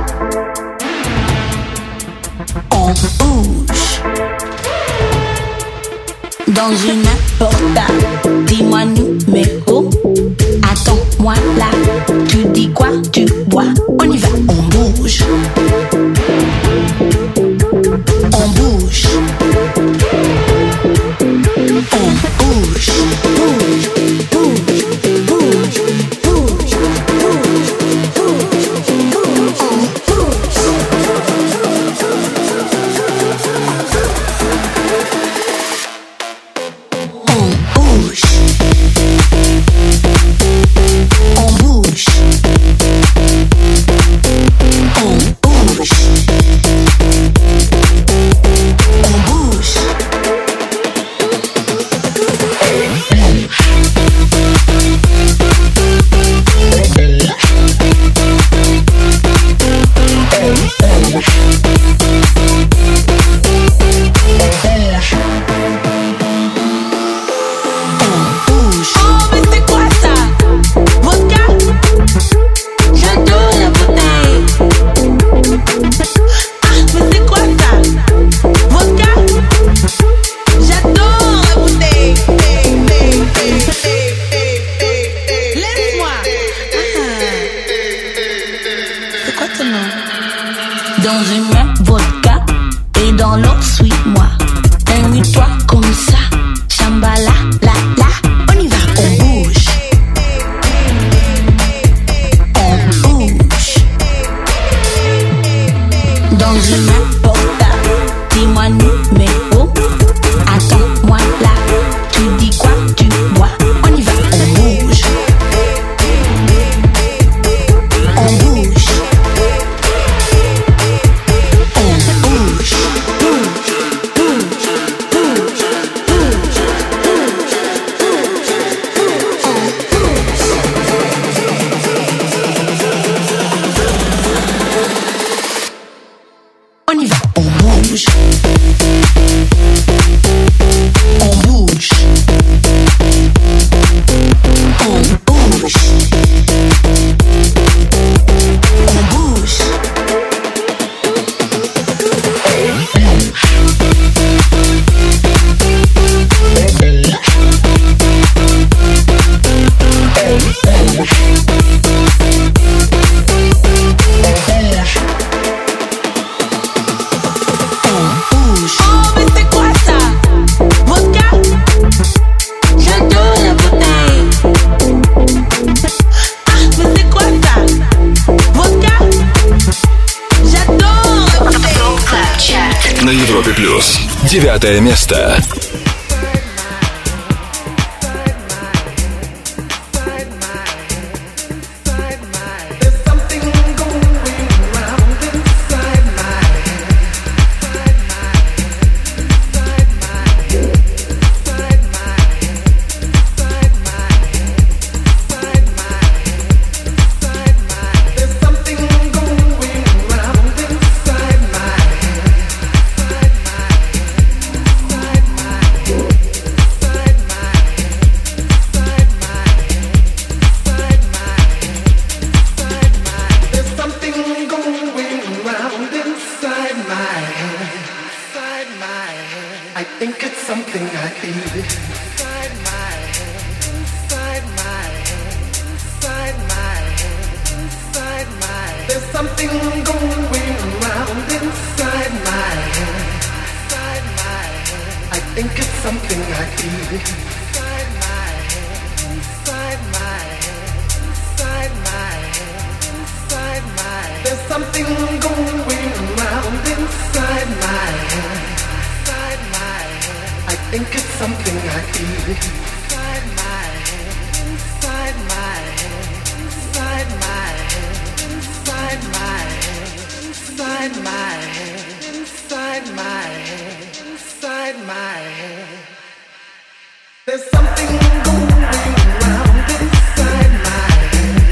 M: On bouge. Dans une main, portable, dis-moi numéro. Attends-moi là, tu dis quoi, tu bois. On y va, on bouge. On bouge. On bouge. Bouge, bouge, bouge, bouge, bouge, bouge, on bouge. On bouge. Dans une main, vodka, et dans l'autre, suis-moi. Remue-toi comme ça, chambala, la, la. changer n'importe quoi. Dis-moi numéro. Attends-moi là. Tu dis quoi, tu bois. On y va, on bouge. On bouge. On bouge. On y va, on bouge. On bouge. On bouge. On bouge. Oh, mais c'est quoi ça? Vodka? J'adore la bouteille. Ah, mais c'est quoi ça? Vodka? J'adore la bouteille.
B: На Европе плюс 9 место.
L: I think it's something I feel inside my head, inside my head, inside my head, inside my head. There's something going around inside my head, inside my head. I think it's something I feel inside my head, inside my head, inside my head, inside my head. There's something going around inside my head. I think it's something I feel inside my head, inside my head, inside my head, inside my head, inside my head, inside my head, inside my head. There's something going around inside my head.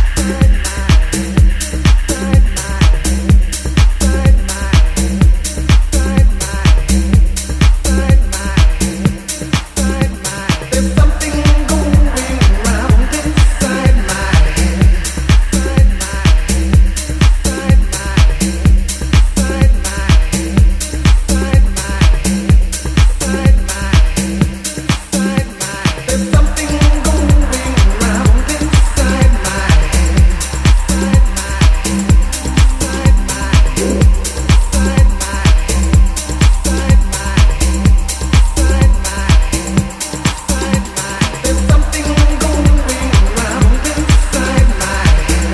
L: There's something going around inside my head. There's something going around inside my There's something going around inside my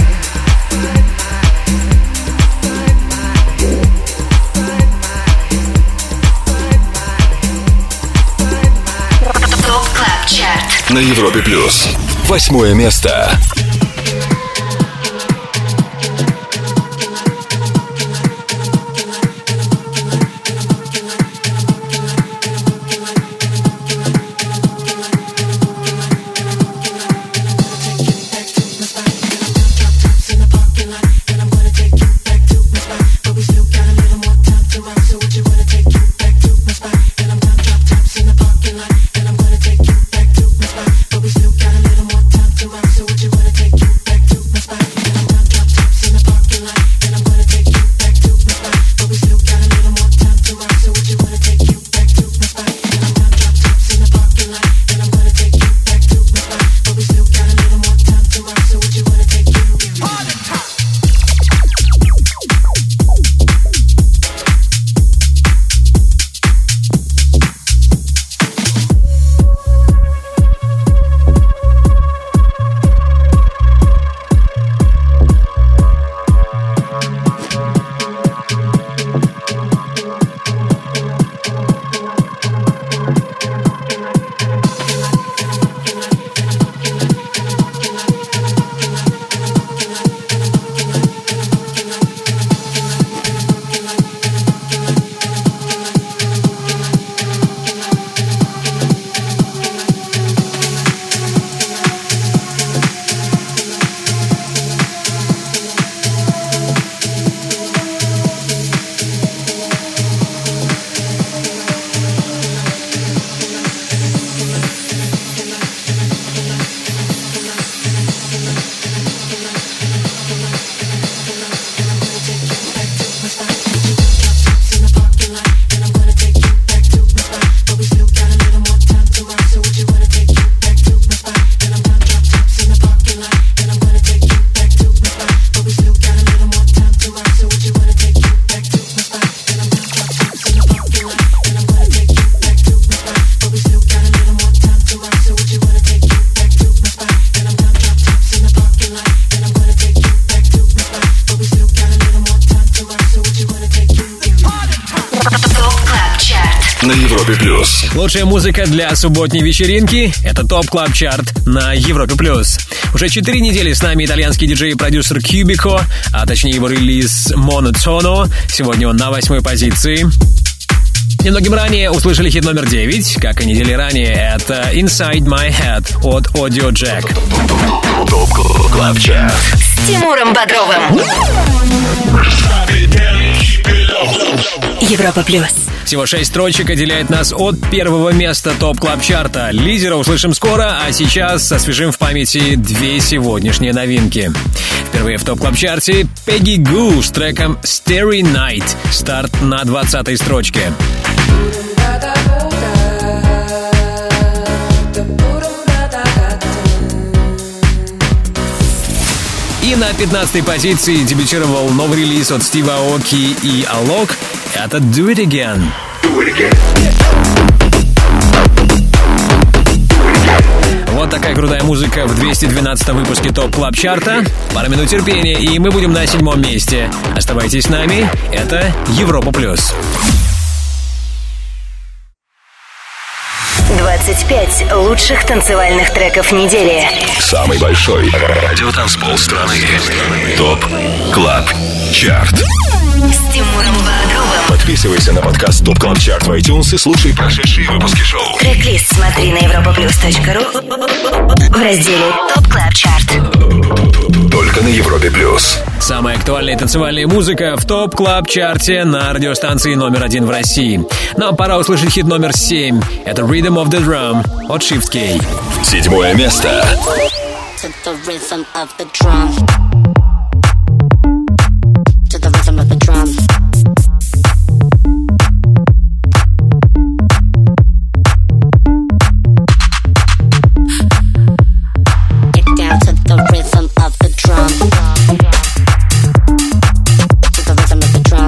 A: ТОП КЛАБ ЧАРТ
B: На Европе плюс 8 место.
J: So what you wanna take
B: Европе+.
C: Лучшая музыка для субботней вечеринки — это ТОП Клаб Чарт на Европе+. Уже 4 недели с нами итальянский диджей и продюсер Cubico, а точнее его релиз Monotono. Сегодня он на 8-й позиции. Немногим ранее услышали хит номер 9, как и недели ранее, это Inside My Head от Audio Jack.
B: ТОП Клаб Чарт
A: С Тимуром Бодровым. Европа плюс.
C: Всего 6 строчек отделяет нас от первого места ТОП Клаб Чарта. Лидера услышим скоро, а сейчас освежим в памяти 2 сегодняшние новинки. Впервые в ТОП Клаб Чарте Peggy Gou с треком Starry Night. Старт на 20-й строчке. И на 15-й позиции дебютировал новый релиз от Стива Аоки и Алок. Это Do It Again. Вот такая крутая музыка в 212-м выпуске ТОП Клаб Чарта. Пара минут терпения, и мы будем на 7-м месте. Оставайтесь с нами. Это Европа плюс.
A: 25 лучших танцевальных треков недели.
B: Самый большой радиотанцпол страны. ТОП Клаб Чарт.
A: С Тимуром Бодровым.
B: Подписывайся на подкаст ТОП Клаб Чарт в iTunes и слушай прошедшие выпуски шоу.
A: Трек-лист смотри на europaplus.ru в разделе ТОП Клаб Чарт.
B: Только на Европе плюс.
C: Самая актуальная танцевальная музыка в ТОП Клаб Чарте на радиостанции номер 1 в России. Нам пора услышать хит номер 7. Это Rhythm of the Drum от Shift K.
B: 7-е место.
M: To the rhythm of the drum. To the rhythm of the drum. Get down to the rhythm of the drum. To the rhythm of the drum.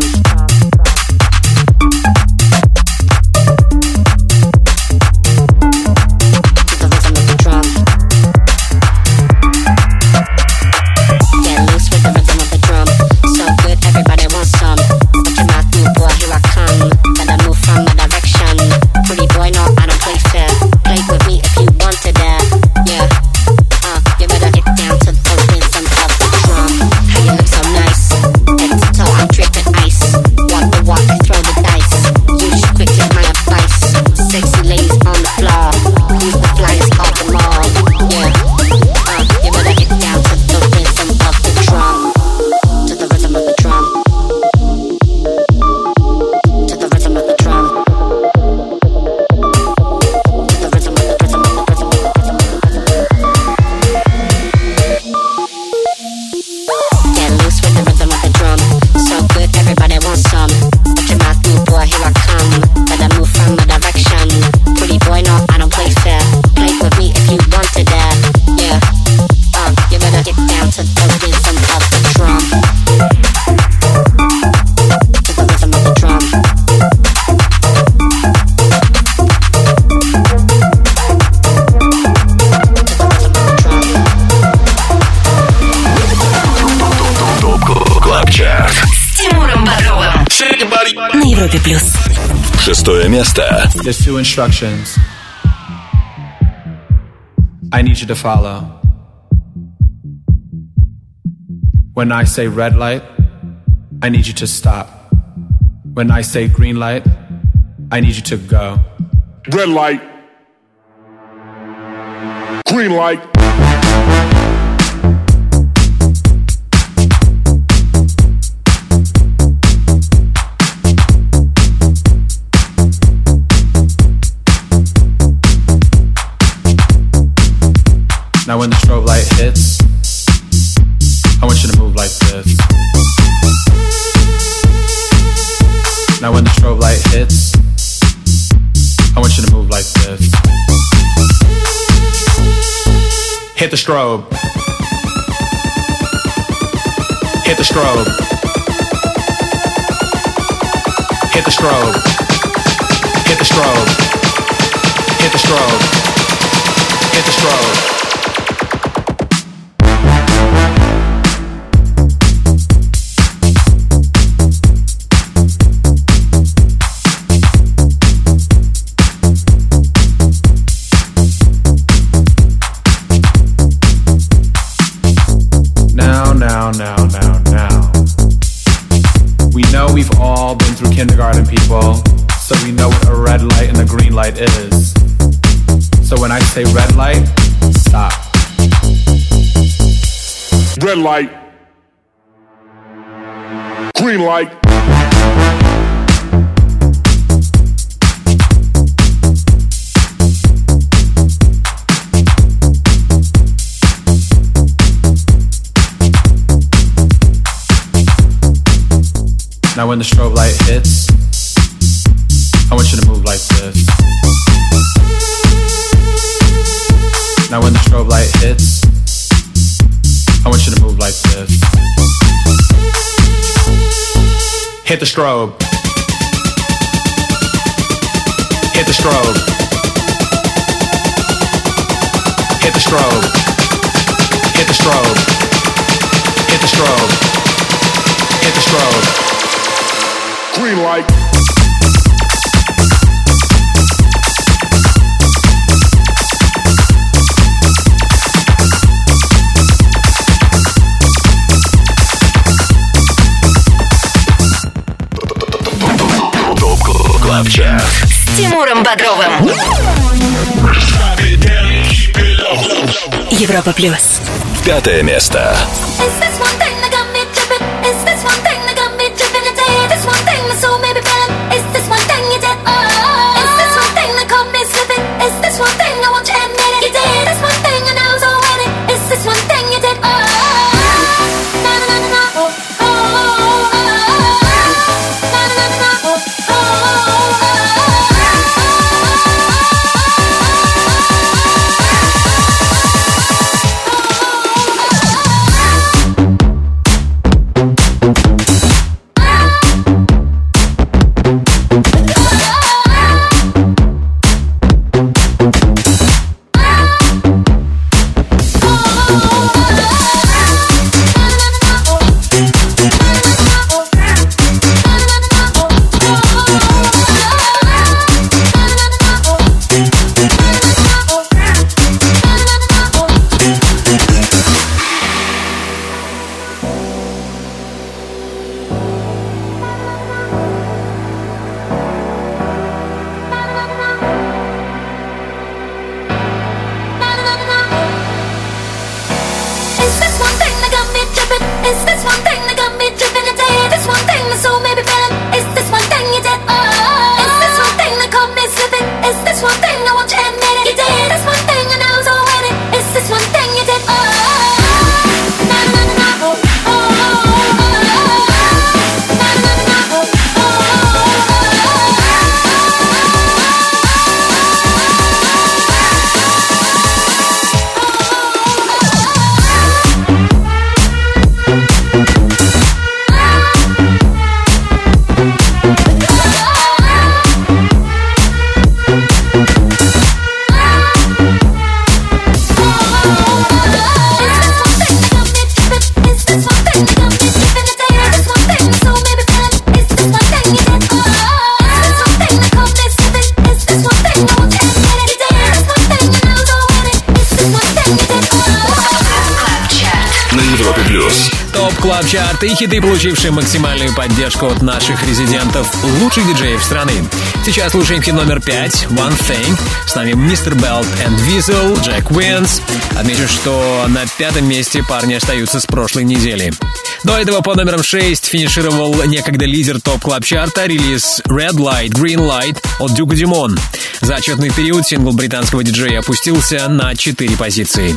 M: To the rhythm of the drum. Get loose with the rhythm of the drum. So good, everybody wants some. Watch your mouth move, boy, here I come. Gotta move from my direction. Pretty boy, no, I don't play fair. Play with me if you want to dare. Yeah, you better get down to the rhythm of the drum. How you look so nice, head to toe, I'm dripping ice. Walk the walk, throw the dice. You should quick take my advice. Sexy ladies on the floor, who's the flyest of them all? Yeah, you better get down to the rhythm of the drum. To the rhythm of the drum. To the rhythm of the drum. To the rhythm of the rhythm of the rhythm of the rhythm of the. Get loose with the rhythm of the drum. So good, everybody wants some. Watch your mouth move, boy, here I come. Better move from my direction. Pretty boy, no, I don't play fair. Play with me if you want to dare. Yeah, you better get down to the rhythm of the drum. To the rhythm of the drum.
B: ТОП Клаб Чарт.
A: С Тимуром Бодровым. На Европе плюс.
B: 6-е место.
N: There's 2 instructions I need you to follow. When I say red light, I need you to stop. When I say green light, I need you to go.
H: Red light. Green light.
N: Now when the strobe light hits, I want you to move like this. Now when the strobe light hits, I want you to move like this. Hit the strobe. Hit the strobe. Hit the strobe. Hit the strobe. Hit the strobe. Hit the strobe. we've all been through kindergarten, people, so we know what a red light and a green light is. So when I say red light, stop.
H: Red light. Green light.
N: Now when the strobe light hits, I want you to move like this. Now when the strobe light hits, I want you to move like this. Hit the strobe. Hit the strobe. Hit the strobe. Hit the strobe. Hit the strobe. Hit the strobe.
H: Green light.
B: Клаб Чарт
A: С Тимуром Бодровым. Европа плюс.
B: 5 место.
J: Is this one thing that got me tripping? Is this one thing that got me tripping? Is this one thing that so maybe feeling? Is this one thing you did? Is this one thing that caught me slipping? Is this one thing I want you admit it? You did this one thing and I was already. Is this one thing you did? Na na na na na. Oh oh oh. Na na na na na. Oh oh oh.
C: Клаб-чарт и хиты, получившие максимальную поддержку от наших резидентов, лучших диджеев страны. Сейчас слушаем хит номер 5, One Thing. С нами Mr. Belt and Weasel, Jack Wins. Отмечу, что на 5-м месте парни остаются с прошлой недели. До этого по номерам 6 финишировал некогда лидер топ-клаб-чарта, релиз Red Light, Green Light от Дюка Димон. За отчетный период сингл британского диджея опустился на 4 позиции.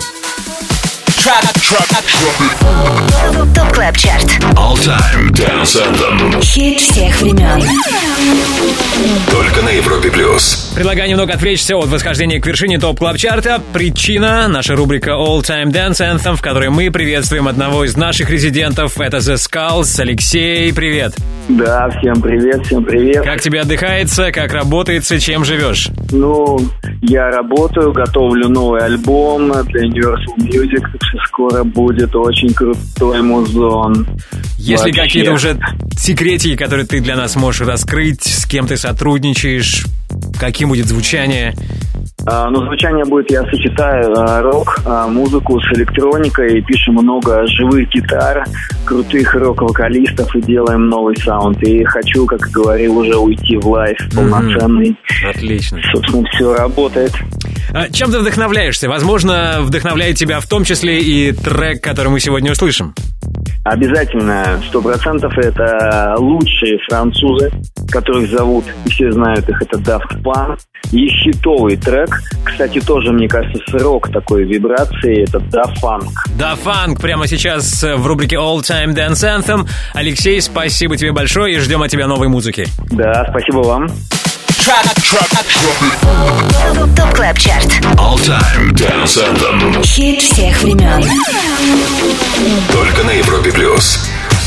A: Топ Клаб Чарт.
B: All Time Dance Anthem.
A: Хит всех времен.
B: Только на Европе плюс.
C: Предлагаю немного отвлечься от восхождения к вершине топ Клаб Чарта. Причина — наша рубрика All Time Dance Anthem, в которой мы приветствуем одного из наших резидентов. Это The Skulls. Алексей, привет.
O: Да, всем привет, всем привет.
C: Как тебе отдыхается, как работается, чем живешь?
O: Ну, я работаю, готовлю новый альбом для Universal Music, так что скоро будет очень крутой музон.
C: Есть ли
O: вообще
C: какие-то уже секретики, которые ты для нас можешь раскрыть, с кем ты сотрудничаешь, каким будет звучание?
O: Ну, звучание будет, я сочетаю рок, музыку с электроникой, пишем много живых гитар, крутых рок-вокалистов и делаем новый саунд. И хочу, как говорил, уже уйти в лайв полноценный.
C: Отлично.
O: Собственно, все работает.
C: Чем ты вдохновляешься? Возможно, вдохновляет тебя в том числе и трек, который мы сегодня услышим.
O: Обязательно, 100% это лучшие французы, которых зовут, и все знают их, это Daft Punk. И хитовый трек, кстати, тоже, мне кажется, с рок такой вибрацией, это Da Funk.
C: Da Funk прямо сейчас в рубрике All Time Dance Anthem. Алексей, спасибо тебе большое и ждем от тебя новой музыки.
O: Да, спасибо вам.
A: ТОП Клаб Чарт.
B: All Time Dance Anthem.
A: Хит всех времен.
B: Только на Европе Плюс.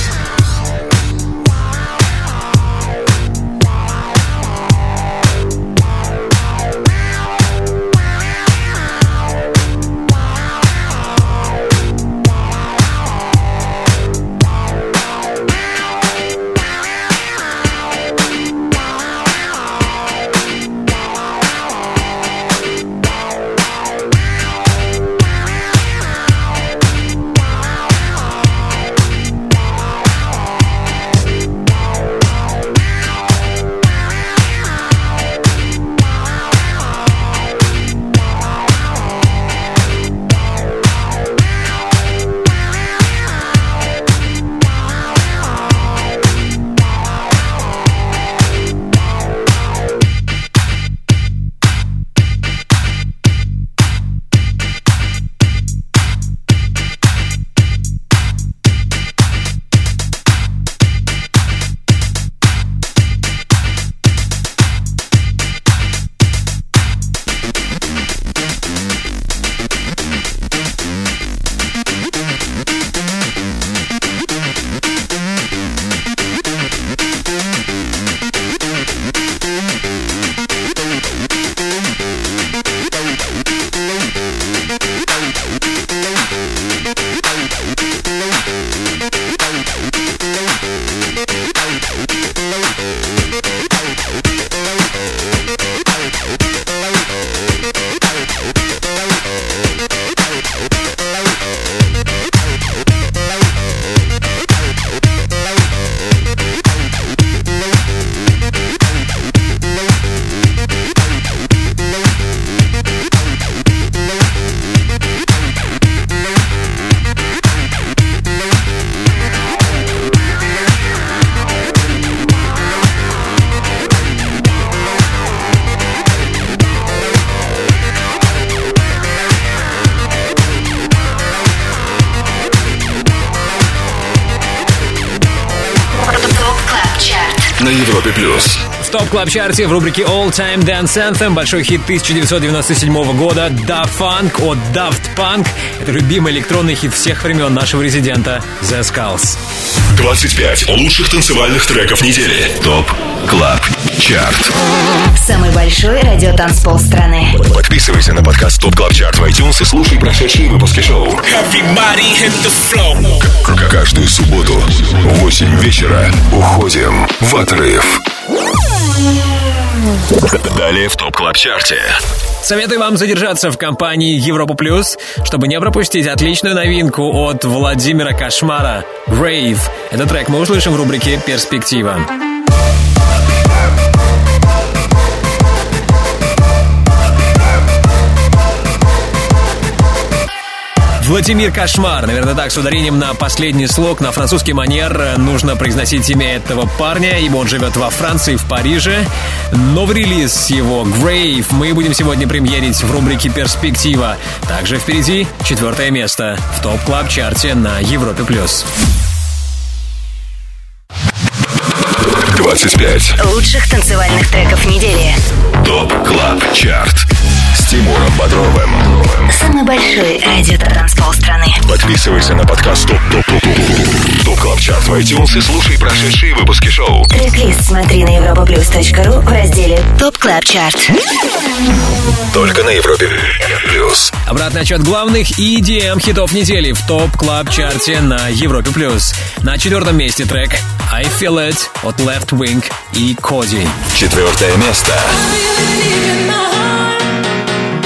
B: На Европе Плюс.
C: В топ-клаб-чарте в рубрике All Time Dance Anthem большой хит 1997 года Da Funk от Daft Punk. Это любимый электронный хит всех времен нашего резидента The Skulls.
B: 25 лучших танцевальных треков недели. ТОП Клаб Чарт.
A: Самый большой радиотанцпол страны.
B: Подписывайся на подкаст ТОП Клаб Чарт в iTunes и слушай прошедшие выпуски шоу. Каждую субботу в 8 вечера уходим в отрыв. Далее в ТОП Клаб Чарте.
C: Советую вам задержаться в компании Европа Плюс, чтобы не пропустить отличную новинку от Владимира Кошмара «Grave». Этот трек мы услышим в рубрике «Перспектива». Владимир Кошмар, наверное, так, с ударением на последний слог, на французский манер нужно произносить имя этого парня, ибо он живет во Франции, в Париже. Новый релиз его «Grave» мы будем сегодня премьерить в рубрике «Перспектива». Также впереди 4 место в топ-клаб-чарте на Европе+.
B: 25
A: лучших танцевальных треков недели.
B: ТОП Клаб Чарт с Тимуром Бодровым.
A: Самый большой радиотанцпол страны.
B: Подписывайся на подкаст ТОП Клаб Чарт в iTunes и слушай прошедшие выпуски шоу.
A: Трек-лист смотри на europaplus.ru в разделе ТОП Клаб Чарт.
B: Только на Европе Плюс.
C: Обратный отчет главных EDM хитов недели в ТОП Клаб Чарте на Европе Плюс. На 4 месте трек I Feel It от Left Wing и Коди.
B: 4 место.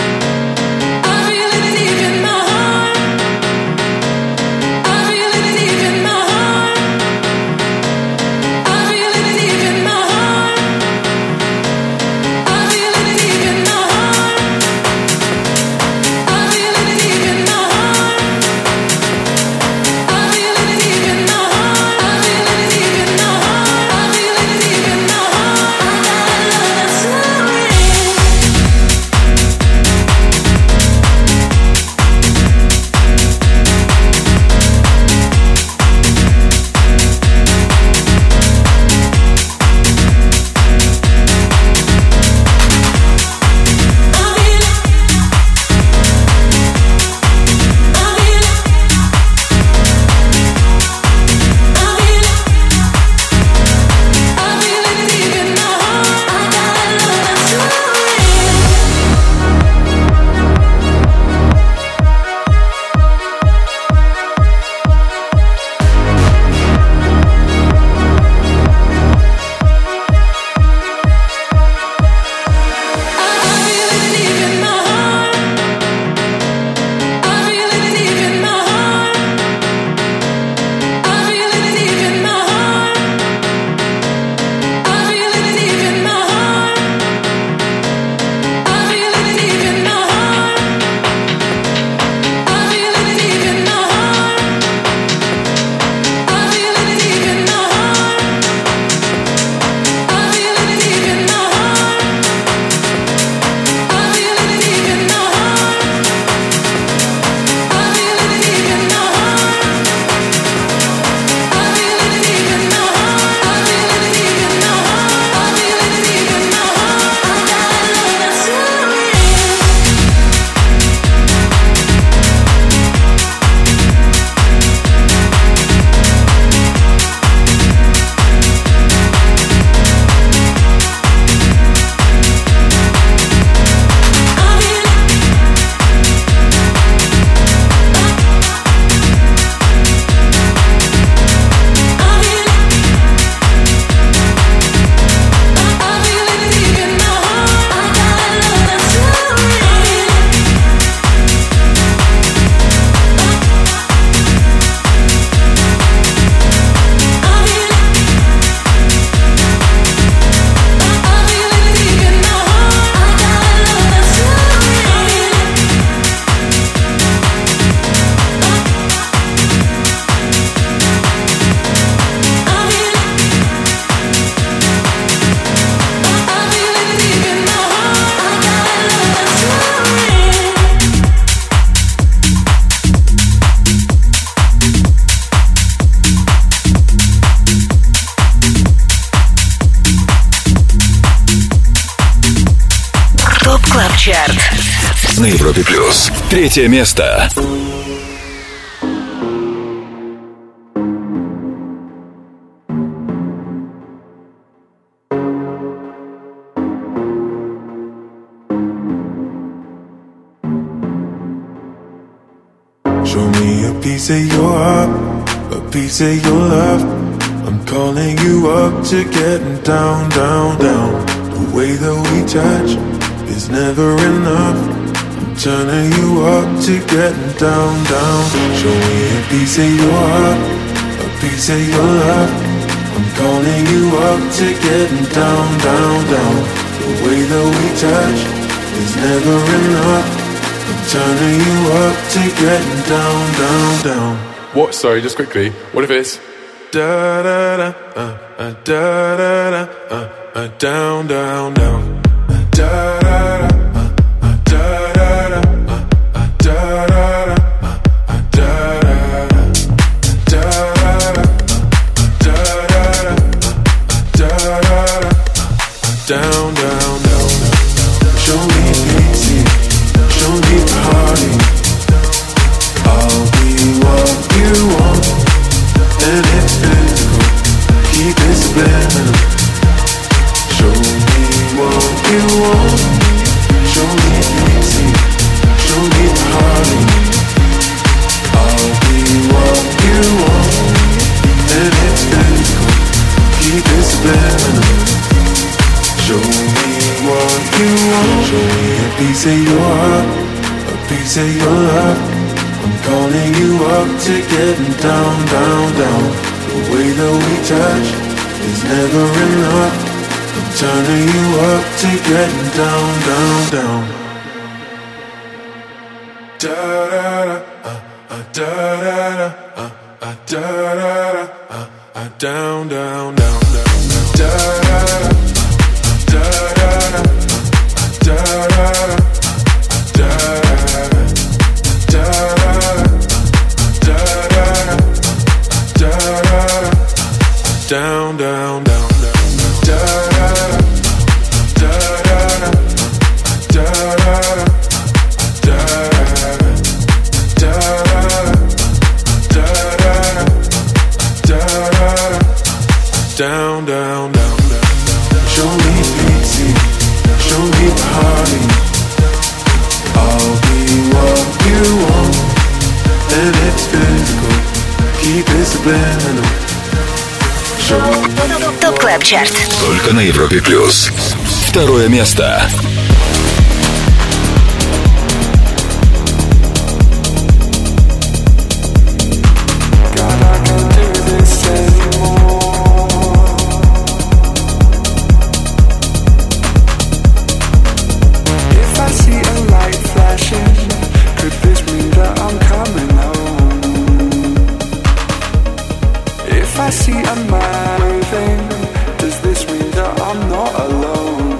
A: Чарт.
B: На Европе Плюс. 3 место.
P: Show me a piece of your heart, a piece of your love. I'm calling you up to getting down, down, down. The way that we touch is never enough. I'm turning you up to getting down, down. Show me a piece of your heart, a piece of your love. I'm calling you up to getting down, down, down. The way that we touch is never enough. I'm turning you up to getting down, down, down.
Q: What? Sorry, just quickly. What if it's
P: da da da da da da down, down, down. Da da da da da down, down, down. Show me pity, show me party. I'll be what you want, and it's physical. Keep it subliminal. Show me what you want. Show me pity, show me party. I'll be what you want, and it's physical. Keep it subliminal. Show me what you want. Show me a piece of your heart, a piece of your love. I'm calling you up to getting down, down, down. The way that we touch is never enough. I'm turning you up to getting down, down, down. Da da da da da da da da down, down, down, down, da da. Down, down, down, down, da da da da down, down, down. Show me pity, show me party. I'll be what you want, and it's physical. Keep it subliminal.
A: Топ Клаб Чарт.
B: Только на Европе Плюс. 2 место.
P: I see a man waving. Does this mean that I'm not alone?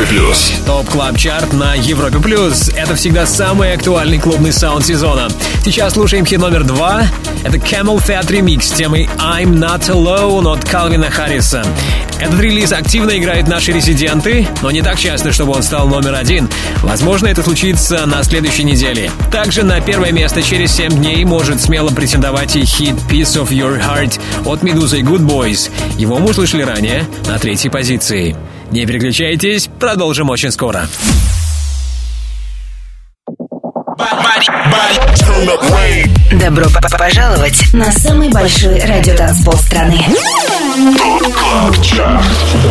B: плюс.
C: ТОП Клаб Чарт на Европе Плюс. Это всегда самый актуальный клубный саунд сезона. Сейчас слушаем хит номер 2. Это Camel Fat Remix с темой I'm Not Alone от Калвина Харриса. Этот релиз активно играют наши резиденты, но не так часто, чтобы он стал номер 1. Возможно, это случится на следующей неделе. Также на первое место через 7 дней может смело претендовать и хит Piece of Your Heart от Медузы и Good Boys. Его мы услышали ранее на 3-й позиции. Не переключайтесь, продолжим очень скоро.
A: Добро пожаловать на самый большой радиотанцпол страны.
B: ТОП Клаб Чарт.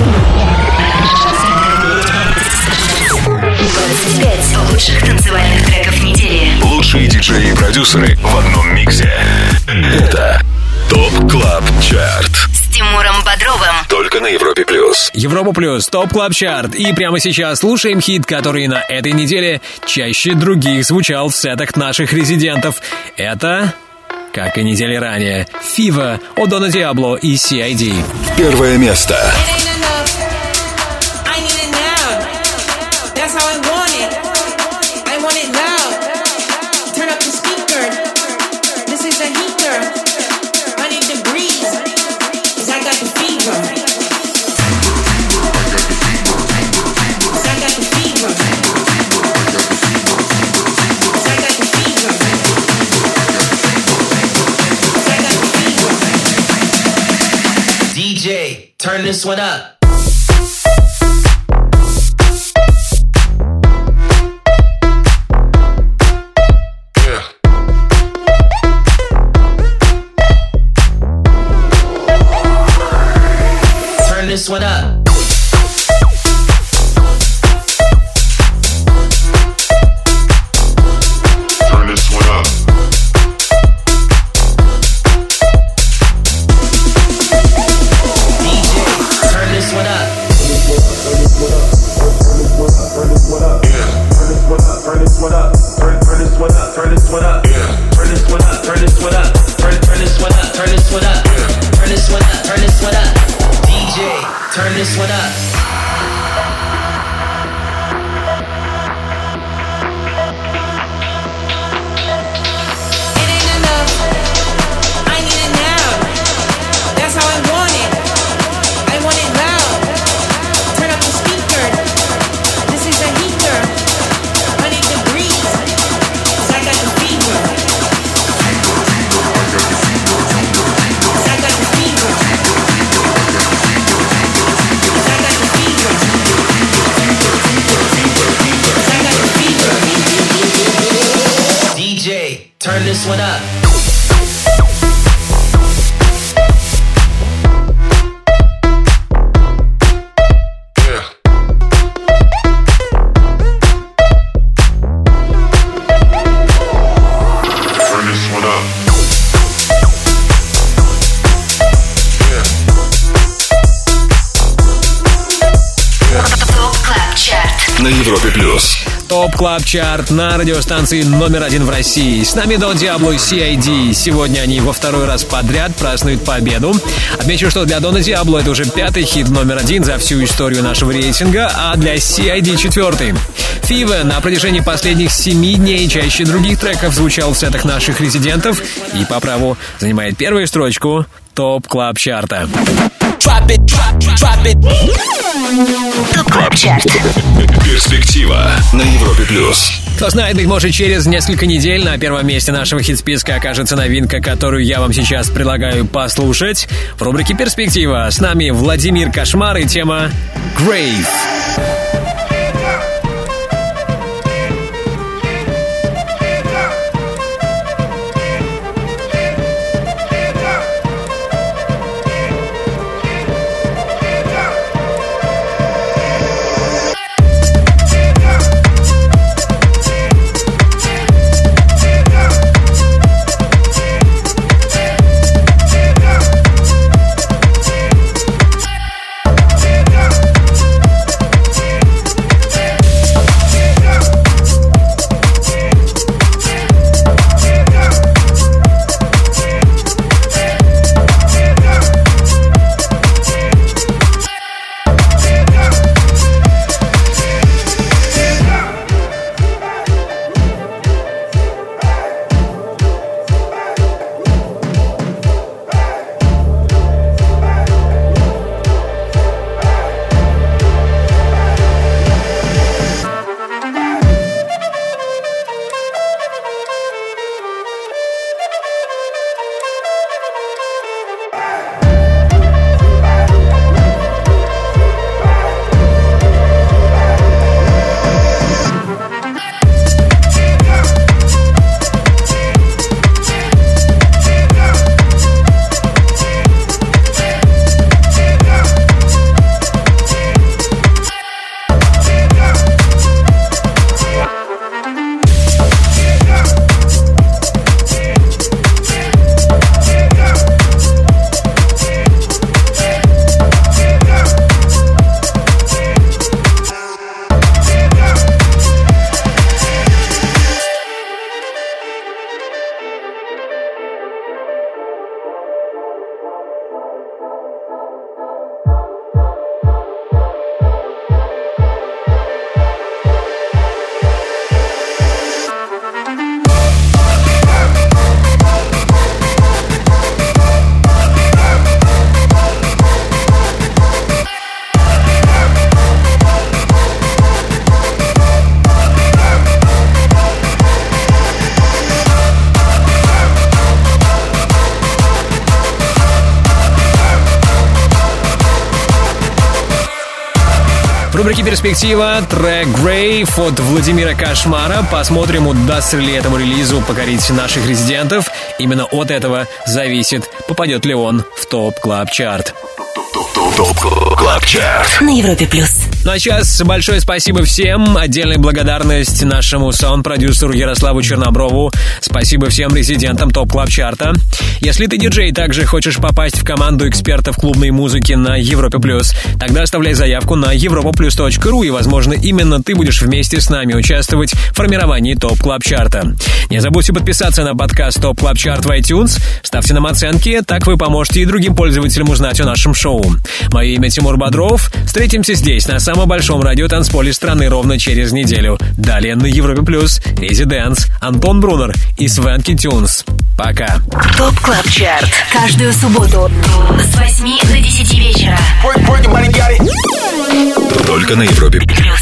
A: 25 лучших танцевальных треков недели.
B: Лучшие диджеи и продюсеры в одном миксе. Это ТОП Клаб Чарт.
A: С Тимуром Бодровым.
B: Только на Европе Плюс.
C: Европа Плюс, ТОП Клаб Чарт. И прямо сейчас слушаем хит, который на этой неделе чаще других звучал в сетах наших резидентов. Это, как и недели ранее, Fever от Дона Диабло и CID.
B: Первое место.
E: DJ, turn this one up. Turn this one up. Turn this one up. It ain't enough. I need it now. That's how I want it. I want it loud. Turn up the speaker. This is a heater. 100 degrees. 'Cause I got the fever. 'Cause I got the fever. DJ, turn this one up.
B: На Европе Плюс.
C: ТОП Клаб Чарт на радиостанции номер 1 в России. С нами Дон Диабло и CID. Сегодня они во второй раз подряд празднуют победу. Отмечу, что для Дона Диабло это уже 5-й хит номер 1 за всю историю нашего рейтинга, а для CID 4-й. Fever на протяжении последних 7 дней чаще других треков звучал в сетах наших резидентов и по праву занимает первую строчку ТОП Клаб Чарта.
A: ТОП Клаб Чарт.
B: Перспектива на Европе Плюс.
C: Кто знает, быть может, через несколько недель на первом месте нашего хит-списка окажется новинка, которую я вам сейчас предлагаю послушать. В рубрике «Перспектива» с нами Владимир Кошмар и тема «Grave». рубрике «Перспектива» трек «Grave» от Владимира Кошмара. Посмотрим, удастся ли этому релизу покорить наших резидентов. Именно от этого зависит, попадет ли он в ТОП Клаб Чарт.
B: ТОП Клаб Чарт
A: На Европе Плюс.
C: Ну а сейчас большое спасибо всем. Отдельная благодарность нашему саунд-продюсеру Ярославу Черноброву. Спасибо всем резидентам ТОП Клаб Чарта. Если ты диджей и также хочешь попасть в команду экспертов клубной музыки на Европе Плюс, тогда оставляй заявку на europaplus.ru, и, возможно, именно ты будешь вместе с нами участвовать в формировании ТОП Клаб Чарта. Не забудьте подписаться на подкаст ТОП Клаб Чарт в iTunes, ставьте нам оценки, так вы поможете и другим пользователям узнать о нашем шоу. Мое имя Тимур Бодров. Встретимся здесь, на самом большом радиотанцполе страны, ровно через неделю. Далее на Европе Плюс Резиденс, Антон Брунер и Свенки Тюнс. Пока.
A: ТОП Клаб Чарт. Каждую субботу с 8 до 10 вечера.
B: Только на Европе Плюс.